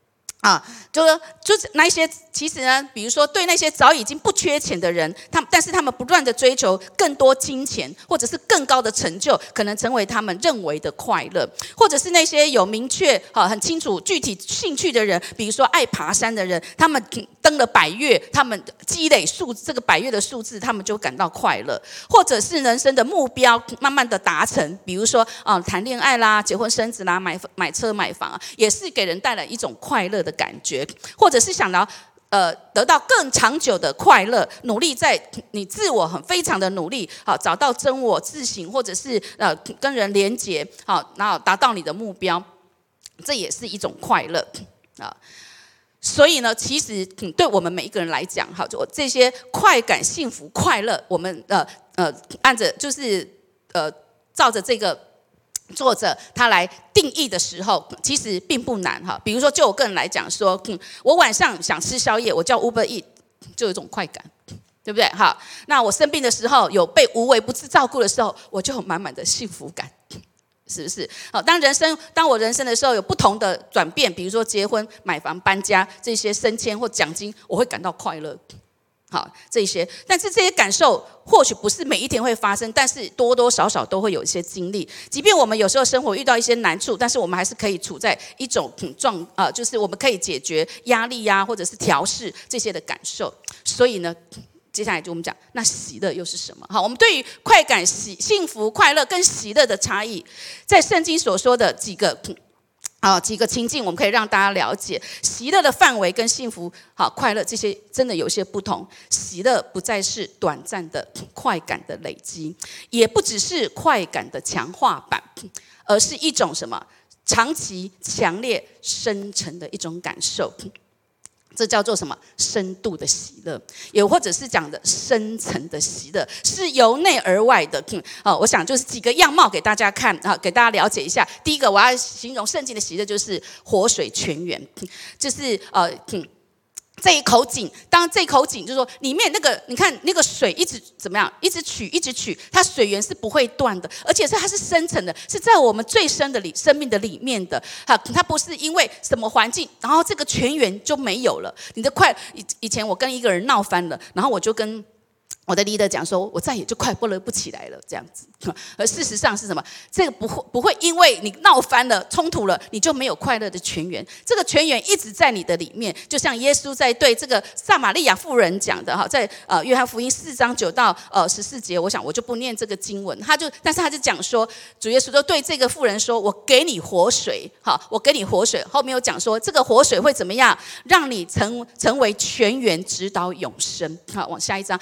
就是那一些，其实呢，比如说对那些早已经不缺钱的人，但是他们不断的追求更多金钱，或者是更高的成就，可能成为他们认为的快乐。或者是那些有明确很清楚具体兴趣的人，比如说爱爬山的人，他们登了百岳，他们积累这个百岳的数字，他们就感到快乐。或者是人生的目标慢慢的达成，比如说谈恋爱啦、结婚生子啦、买车买房也是给人带来一种快乐的感觉。或者是想到得到更长久的快乐，努力在你自我非常的努力，找到真我自省，或者是跟人连结，然后达到你的目标，这也是一种快乐。所以呢，其实对我们每一个人来讲，这些快感、幸福、快乐，我们按着就是照着这个作者他来定义的时候，其实并不难。比如说就我个人来讲说，我晚上想吃宵夜，我叫 Uber Eats 就有一种快感，对不对？那我生病的时候，有被无微不至照顾的时候，我就有满满的幸福感，是不是？当我人生的时候有不同的转变，比如说结婚、买房、搬家，这些升迁或奖金，我会感到快乐。这些，但是这些感受或许不是每一天会发生，但是多多少少都会有一些经历。即便我们有时候生活遇到一些难处，但是我们还是可以处在一种就是我们可以解决压力呀，或者是调试这些的感受。所以呢，接下来就我们讲，那喜乐又是什么？我们对于快感、幸福、快乐跟喜乐的差异，在圣经所说的几个情境，我们可以让大家了解喜乐的范围跟幸福、快乐这些真的有些不同。喜乐不再是短暂的快感的累积，也不只是快感的强化版，而是一种什么长期、强烈、深沉的一种感受。这叫做什么？深度的喜乐，也或者是讲的深层的喜乐，是由内而外的。我想就是几个样貌给大家看，给大家了解一下。第一个，我要形容圣经的喜乐就是活水泉源，就是这一口井，当这口井就是说里面那个，你看那个水一直怎么样，一直取，它水源是不会断的，而且它是深层的，是在我们最深的生命的里面的。它不是因为什么环境，然后这个泉源就没有了。以前我跟一个人闹翻了，然后我就跟我的 leader 讲说，我再也就快乐不起来了，这样子。而事实上是什么？这个不会因为你闹翻了、冲突了，你就没有快乐的泉源。这个泉源一直在你的里面，就像耶稣在对这个撒玛利亚妇人讲的，在约翰福音4章9到14节，我想我就不念这个经文。但是他就讲说，主耶稣就对这个妇人说：“我给你活水，我给你活水。”后面有讲说，这个活水会怎么样，让你成为泉源，直到永生。往下一章，就是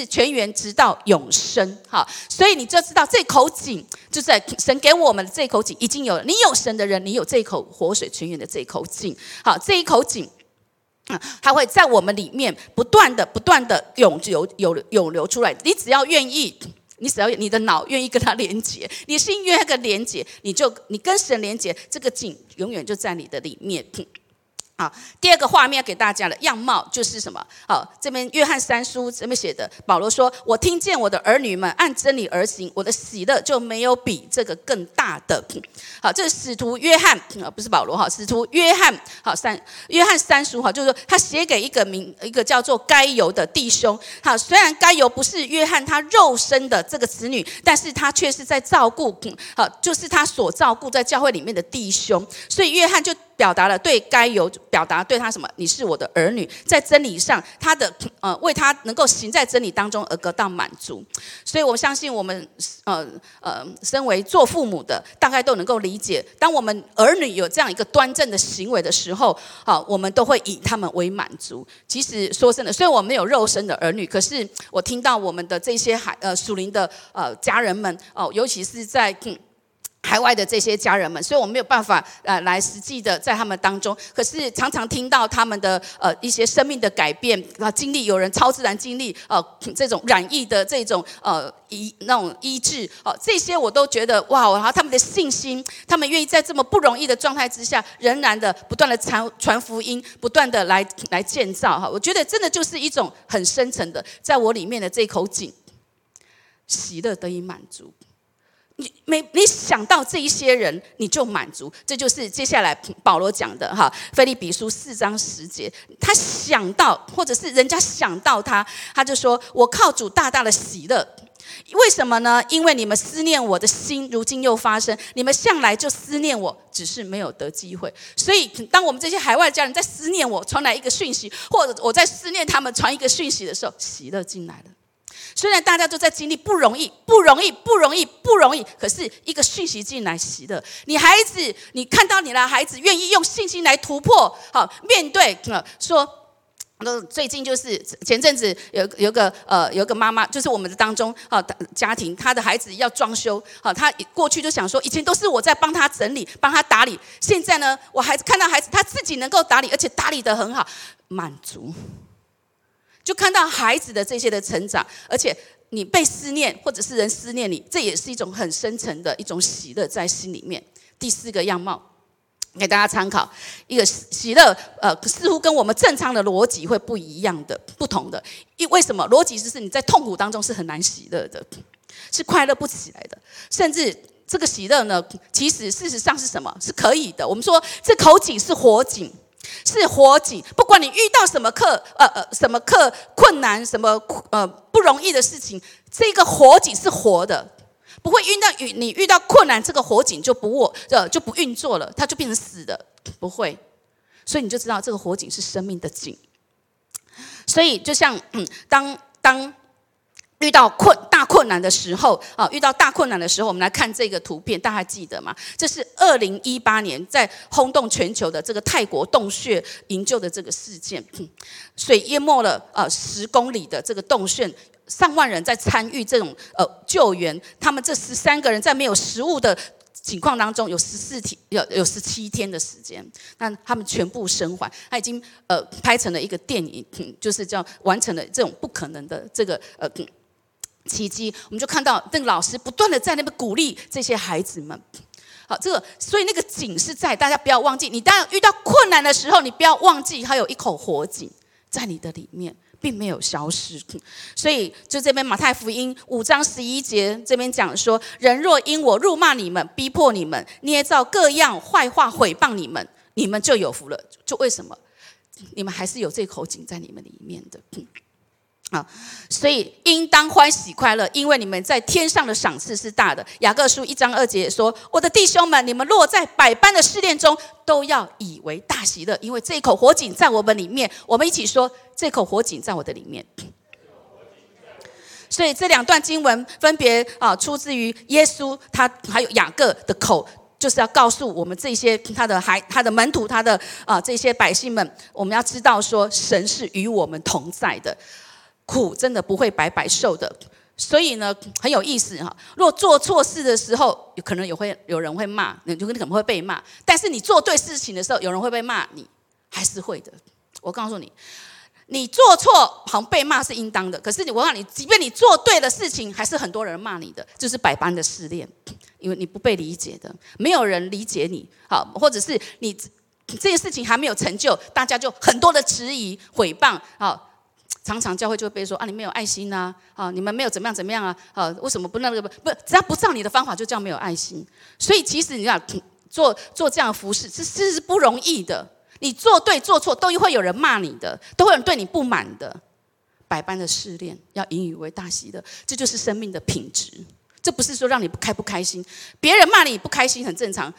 泉源直到永生。好，所以你就知道这口井就在神给我们的这口井已经有了。你有神的人，你有这口活水泉源的这口井。好，这一口井它会在我们里面不断的涌流出来。你只要愿意，你的脑愿意跟它连接，你心愿意跟连接，你跟神连接，这个井永远就在你的里面。好，第二个画面要给大家的样貌就是什么？好，这边约翰3书这边写的，保罗说：“我听见我的儿女们按真理而行，我的喜乐就没有比这个更大的。”好，这是使徒约翰，不是保罗哈，使徒约翰。好，约翰3书哈，就是说他写给一个叫做该犹的弟兄。好，虽然该犹不是约翰他肉身的这个子女，但是他却是在照顾，好，就是他所照顾在教会里面的弟兄，所以约翰就表达了对该犹表达对他什么？你是我的儿女，在真理上，他的为他能够行在真理当中而得到满足。所以我相信我们身为做父母的，大概都能够理解，当我们儿女有这样一个端正的行为的时候，好，我们都会以他们为满足。其实说真的，虽然我没有肉身的儿女，可是我听到我们的这些属灵的家人们尤其是在海外的这些家人们，所以我没有办法来实际的在他们当中，可是常常听到他们的一些生命的改变经历，有人超自然经历这种染疫的这种那种医治这些我都觉得哇，然后他们的信心，他们愿意在这么不容易的状态之下，仍然的不断的传福音，不断的来建造我觉得真的就是一种很深层的，在我里面的这口井，喜乐得以满足。你想到这一些人，你就满足。这就是接下来保罗讲的腓立比书4章10节，他想到，或者是人家想到他就说：“我靠主大大的喜乐。”为什么呢？因为你们思念我的心，如今又发生。你们向来就思念我，只是没有得机会。所以，当我们这些海外家人在思念我，传来一个讯息，或者我在思念他们传一个讯息的时候，喜乐进来了。虽然大家都在经历不容易，可是一个讯息进来，喜乐。你看到你的孩子愿意用信心来突破，好面对说。最近就是前阵子有个妈妈，就是我们的当中家庭，她的孩子要装修，她过去就想说，以前都是我在帮她整理，帮她打理，现在呢，我看到孩子他自己能够打理，而且打理得很好，满足。就看到孩子的这些的成长，而且你被思念，或者是人思念你，这也是一种很深层的一种喜乐在心里面。第4个样貌给大家参考，一个喜乐似乎跟我们正常的逻辑会不同的。为什么？逻辑就是你在痛苦当中是很难喜乐的，是快乐不起来的，甚至这个喜乐呢，其实事实上是什么？是可以的。我们说这口井是活井。是活井，不管你遇到什么困难，什么不容易的事情，这个活井是活的，不会你遇到困难，这个活井就不运作了，它就变成死的，不会。所以你就知道这个活井是生命的井。所以就像当遇到大困难的时候我们来看这个图片，大家还记得吗？这是2018年在轰动全球的这个泰国洞穴营救的这个事件，水淹没了10公里的这个洞穴，上万人在参与这种救援，他们这13个人在没有食物的情况当中有17天的时间，那他们全部生还。他已经拍成了一个电影，就是叫完成了这种不可能的这个奇迹。我们就看到那个老师不断的在那边鼓励这些孩子们。好，所以那个井是在，大家不要忘记，你当然遇到困难的时候，你不要忘记还有一口活井在你的里面，并没有消失。所以就这边马太福音5章11节这边讲说，人若因我辱骂你们，逼迫你们，捏造各样坏话毁谤你们，你们就有福了。就为什么？你们还是有这口井在你们里面的。所以应当欢喜快乐，因为你们在天上的赏赐是大的。雅各书1章2节说，我的弟兄们，你们若在百般的试炼中，都要以为大喜乐，因为这口活井在我们里面。我们一起说，这口活井在我的里面。所以这2段经文分别出自于耶稣，他还有雅各的口，就是要告诉我们这些他的门徒，他的这些百姓们，我们要知道说，神是与我们同在的。 苦真的不会白白受的。所以呢，很有意思哈。如果做错事的时候，可能有人会骂，你可能会被骂。但是你做对事情的时候，有人会被骂你，还是会的。我告诉你，你做错好像被骂是应当的，可是我告诉你，即便你做对的事情，还是很多人骂你的，就是百般的试炼，因为你不被理解的，没有人理解你，好，或者是你这件事情还没有成就，大家就很多的质疑、诽谤，好。常常教会就会被说啊，你没有爱心啊，你们没有怎么样怎么样啊，为什么不那个不？只要不照你的方法，就叫没有爱心。所以其实你要做这样的服事，是不容易的。你做对做错，都会有人骂你的，都会有人对你不满的。百般的试炼，要引以为大喜的，这就是生命的品质。这不是说让你不开心，别人骂你不开心很正常，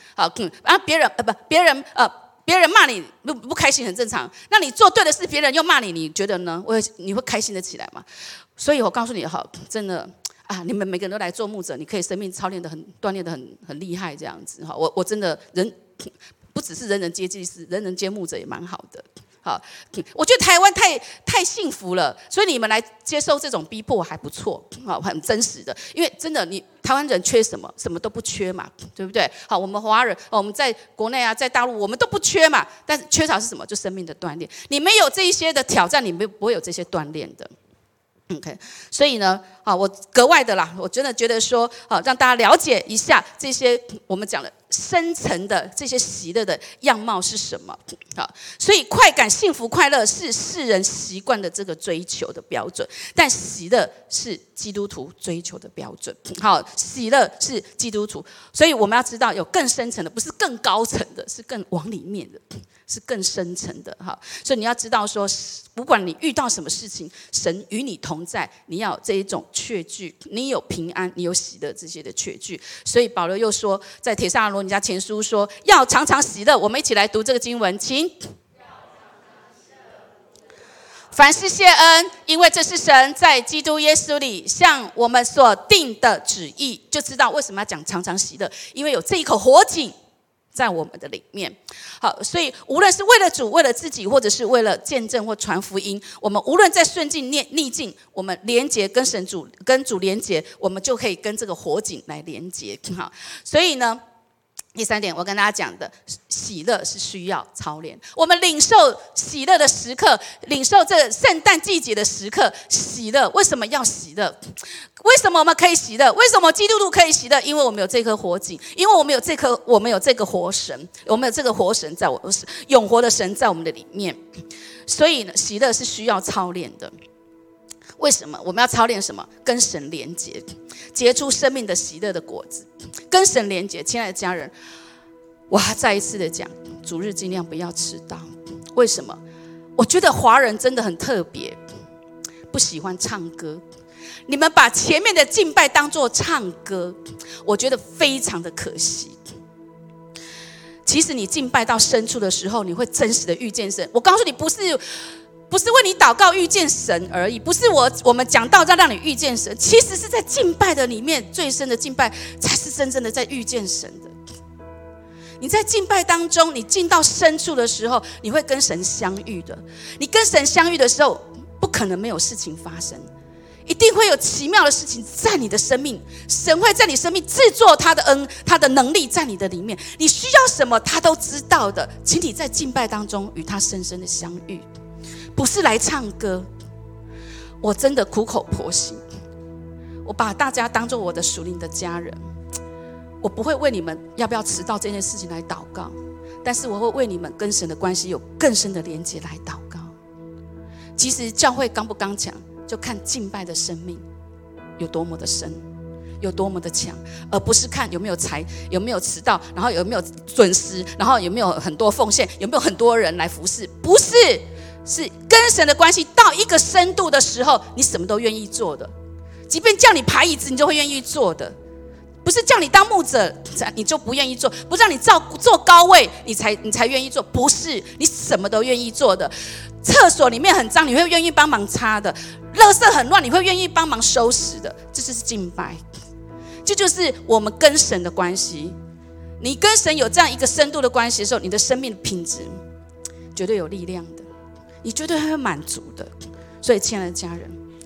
别人骂你不开心很正常，那你做对的事，别人又骂你，你觉得呢？你会开心得起来吗？所以我告诉你，真的啊，你们每个人都来做牧者，你可以生命操练锻炼得很厉害，这样子。我真的不只是人人皆祭司，人人皆牧者也蛮好的。好，我觉得台湾太幸福了，所以你们来接受这种逼迫还不错，好，很真实的。因为真的，你台湾人缺什么？什么都不缺嘛，对不对？好，我们华人，我们在国内啊，在大陆，我们都不缺嘛，但是缺少是什么？就生命的锻炼。你没有这一些的挑战，你不会有这些锻炼的。OK， 所以呢，我格外的啦，我真的觉得说，让大家了解一下这些我们讲的深层的这些喜乐的样貌是什么。好，所以快感、幸福、快乐是世人习惯的这个追求的标准，但喜乐是基督徒追求的标准。好，喜乐是基督徒，所以我们要知道有更深层的，不是更高层的，是更往里面的。是更深层的，所以你要知道说，不管你遇到什么事情，神与你同在，你要有这一种确据，你有平安，你有喜乐这些的确据。所以保罗又说，在帖撒罗尼迦前书说，要常常喜乐。我们一起来读这个经文，请。凡事谢恩，因为这是神在基督耶稣里向我们所定的旨意。就知道为什么要讲常常喜乐，因为有这一口火井在我们的里面。好，所以无论是为了主，为了自己，或者是为了见证或传福音，我们无论在顺境逆境，我们连结跟主连结，我们就可以跟这个火井来连结。好，所以呢，第三点，我跟大家讲的，喜乐是需要操练。我们领受喜乐的时刻，领受这个圣诞季节的时刻，喜乐。为什么要喜乐？为什么我们可以喜乐？为什么基督徒可以喜乐？因为我们有这颗火井，因为我们有这个活神，我们有这个活神在我永活的神在我们的里面。所以呢，喜乐是需要操练的。为什么我们要操练什么？跟神连结，结出生命的喜乐的果子。跟神连结，亲爱的家人，我要再一次的讲，主日尽量不要迟到。为什么？我觉得华人真的很特别，不喜欢唱歌。你们把前面的敬拜当作唱歌，我觉得非常的可惜。其实你敬拜到深处的时候，你会真实的遇见神。我告诉你，不是为你祷告遇见神而已，不是我们讲道让你遇见神，其实是在敬拜的里面，最深的敬拜才是真正的在遇见神的。你在敬拜当中，你进到深处的时候，你会跟神相遇的。你跟神相遇的时候，不可能没有事情发生，一定会有奇妙的事情在你的生命，神会在你生命制作他的恩，他的能力在你的里面，你需要什么他都知道的。请你在敬拜当中与他深深的相遇，不是来唱歌。我真的苦口婆心，我把大家当作我的属灵的家人，我不会为你们要不要迟到这件事情来祷告，但是我会为你们跟神的关系有更深的连接来祷告。其实教会刚不刚强，就看敬拜的生命有多么的深，有多么的强，而不是看有没有有没有迟到，然后有没有准时，然后有没有很多奉献，有没有很多人来服侍。不是，是跟神的关系到一个深度的时候，你什么都愿意做的，即便叫你排椅子，你就会愿意做的。不是叫你当牧者你就不愿意做，不是让你坐高位你才愿意做，不是，你什么都愿意做的。厕所里面很脏，你会愿意帮忙擦的；垃圾很乱，你会愿意帮忙收拾的。这就是敬拜，这就是我们跟神的关系。你跟神有这样一个深度的关系的时候，你的生命品质绝对有力量的，你绝对会满足的。所以亲爱的家人，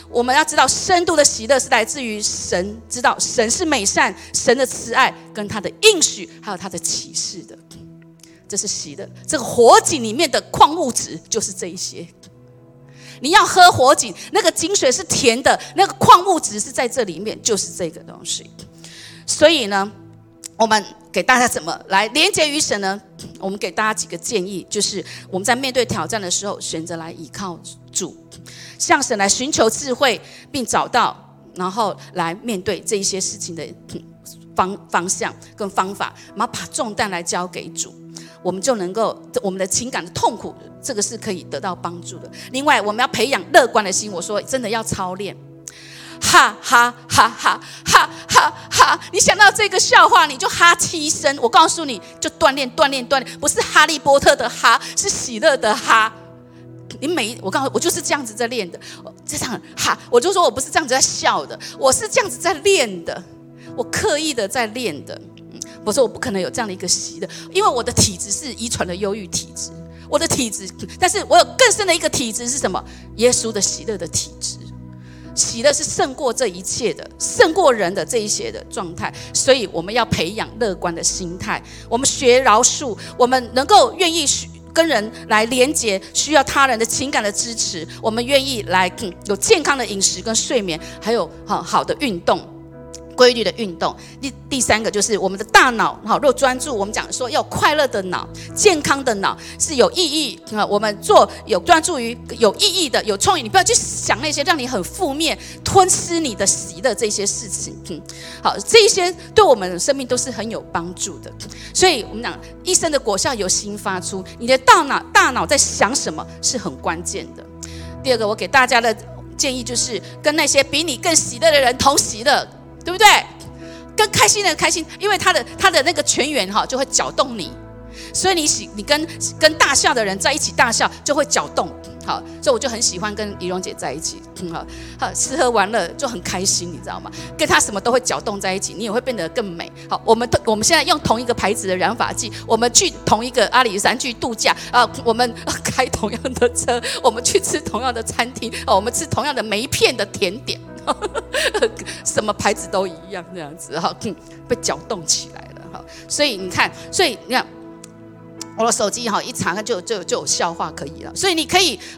我们要知道深度的喜乐是来自于神，知道神是美善，神的慈爱跟他的应许还有他的启示的，这是喜乐。这个火井里面的矿物质就是这一些。你要喝火井，那个井水是甜的，那个矿物质是在这里面，就是这个东西。所以呢，我们给大家怎么来连结于神呢？我们给大家几个建议，就是我们在面对挑战的时候，选择来依靠主，向神来寻求智慧，并找到，然后来面对这一些事情的方向跟方法，然后把重担来交给主，我们就能够我们的情感的痛苦，这个是可以得到帮助的。另外，我们要培养乐观的心，我说真的要操练。哈哈哈哈哈哈哈！你想到这个笑话，你就哈7声。我告诉你，就锻炼，不是哈利波特的哈，是喜乐的哈。我告诉你，我就是这样子在练的。这样哈，我就说我不是这样子在笑的，我是这样子在练的，我刻意的在练的。我说我不可能有这样的一个喜乐，因为我的体质是遗传的忧郁体质。我的体质，但是我有更深的一个体质是什么？耶稣的喜乐的体质。喜乐是胜过这一切的，胜过人的这一些的状态，所以我们要培养乐观的心态。我们学饶恕，我们能够愿意跟人来连结，需要他人的情感的支持。我们愿意来有健康的饮食跟睡眠，还有好的运动。规律的运动。第三个就是我们的大脑，若专注，我们讲说要快乐的脑、健康的脑是有意义。我们做有专注于有意义的、有创意，你不要去想那些让你很负面、吞噬你的喜的这些事情。好，这些对我们的生命都是很有帮助的。所以我们讲一生的果效由心发出，你的大脑在想什么是很关键的。第二个，我给大家的建议就是跟那些比你更喜乐的人同喜乐。对不对？更开心的开心，因为他的那个泉源就会搅动你，所以你跟大笑的人在一起大笑就会搅动。好，所以我就很喜欢跟怡蓉姐在一起，好，吃喝玩乐就很开心，你知道吗？跟她什么都会搅动在一起，你也会变得更美。好，我们现在用同一个牌子的染发剂，我们去同一个阿里山去度假我们开同样的车，我们去吃同样的餐厅我们吃同样的每一片的甜点。什么牌子都一样，这样子被搅动起来了。所以你看，我的手机一查看就有笑话可以了。所以你可以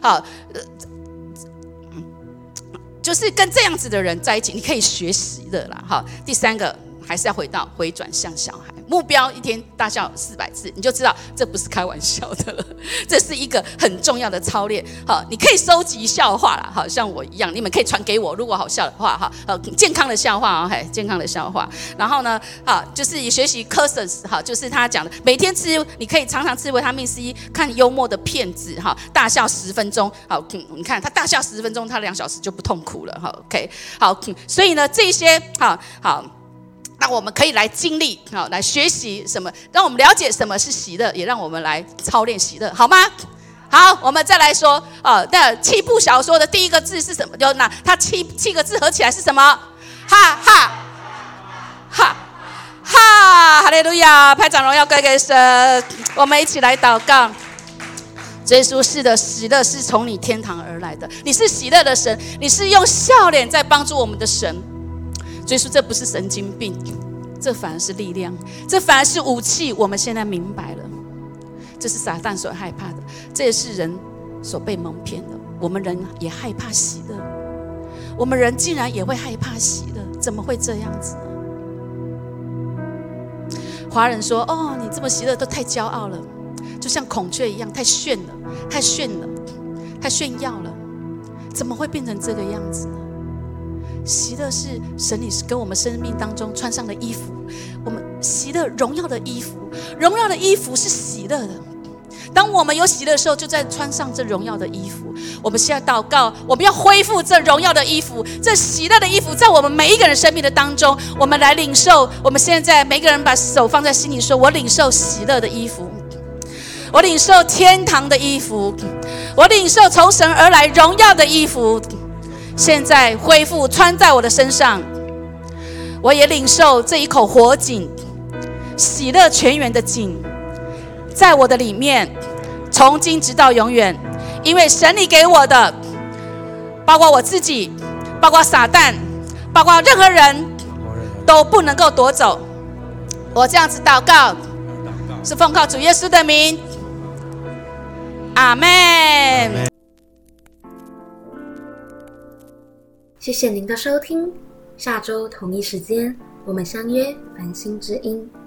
就是跟这样子的人在一起，你可以学习的啦。第三个还是要回转向小孩，目标一天大笑400次，你就知道这不是开玩笑的了，这是一个很重要的操练。好，你可以收集笑话啦，好像我一样，你们可以传给我，如果好笑的话健康的笑话健康的笑话。然后呢，就是也学习 Cousins， 就是他讲的，每天你可以常常吃维他命 C， 看幽默的片子大笑10分钟。好，你看他大笑10分钟，他2小时就不痛苦了。OK， 好，所以呢，这些好。那我们可以来经历，来学习什么，让我们了解什么是喜乐，也让我们来操练喜乐，好吗？好，我们再来说那7部小说的第一个字是什么？就它七个字合起来是什么？哈哈哈哈！哈利路亚！拍掌荣耀归给神。我们一起来祷告。耶稣，是的，喜乐是从你天堂而来的，你是喜乐的神，你是用笑脸在帮助我们的神。耶稣，这不是神经病，这反而是力量，这反而是武器。我们现在明白了，这是撒旦所害怕的，这也是人所被蒙骗的。我们人也害怕喜乐，我们人竟然也会害怕喜乐，怎么会这样子呢？华人说：“哦，你这么喜乐都太骄傲了，就像孔雀一样，太炫了，太炫耀了，怎么会变成这个样子呢？”喜乐是神你跟我们生命当中穿上的衣服，我们喜乐荣耀的衣服，荣耀的衣服是喜乐的。当我们有喜乐的时候，就在穿上这荣耀的衣服。我们现在祷告，我们要恢复这荣耀的衣服，这喜乐的衣服，在我们每一个人生命的当中，我们来领受。我们现在每个人把手放在心里说：“我领受喜乐的衣服，我领受天堂的衣服，我领受从神而来荣耀的衣服。”现在恢复穿在我的身上，我也领受这一口火井，喜乐泉源的井，在我的里面，从今直到永远。因为神你给我的，包括我自己， 包括撒旦，包括任何人都不能够夺走。我这样子祷告，是奉靠主耶稣的名，阿们。 谢谢您的收听，下周同一时间我们相约繁星之音。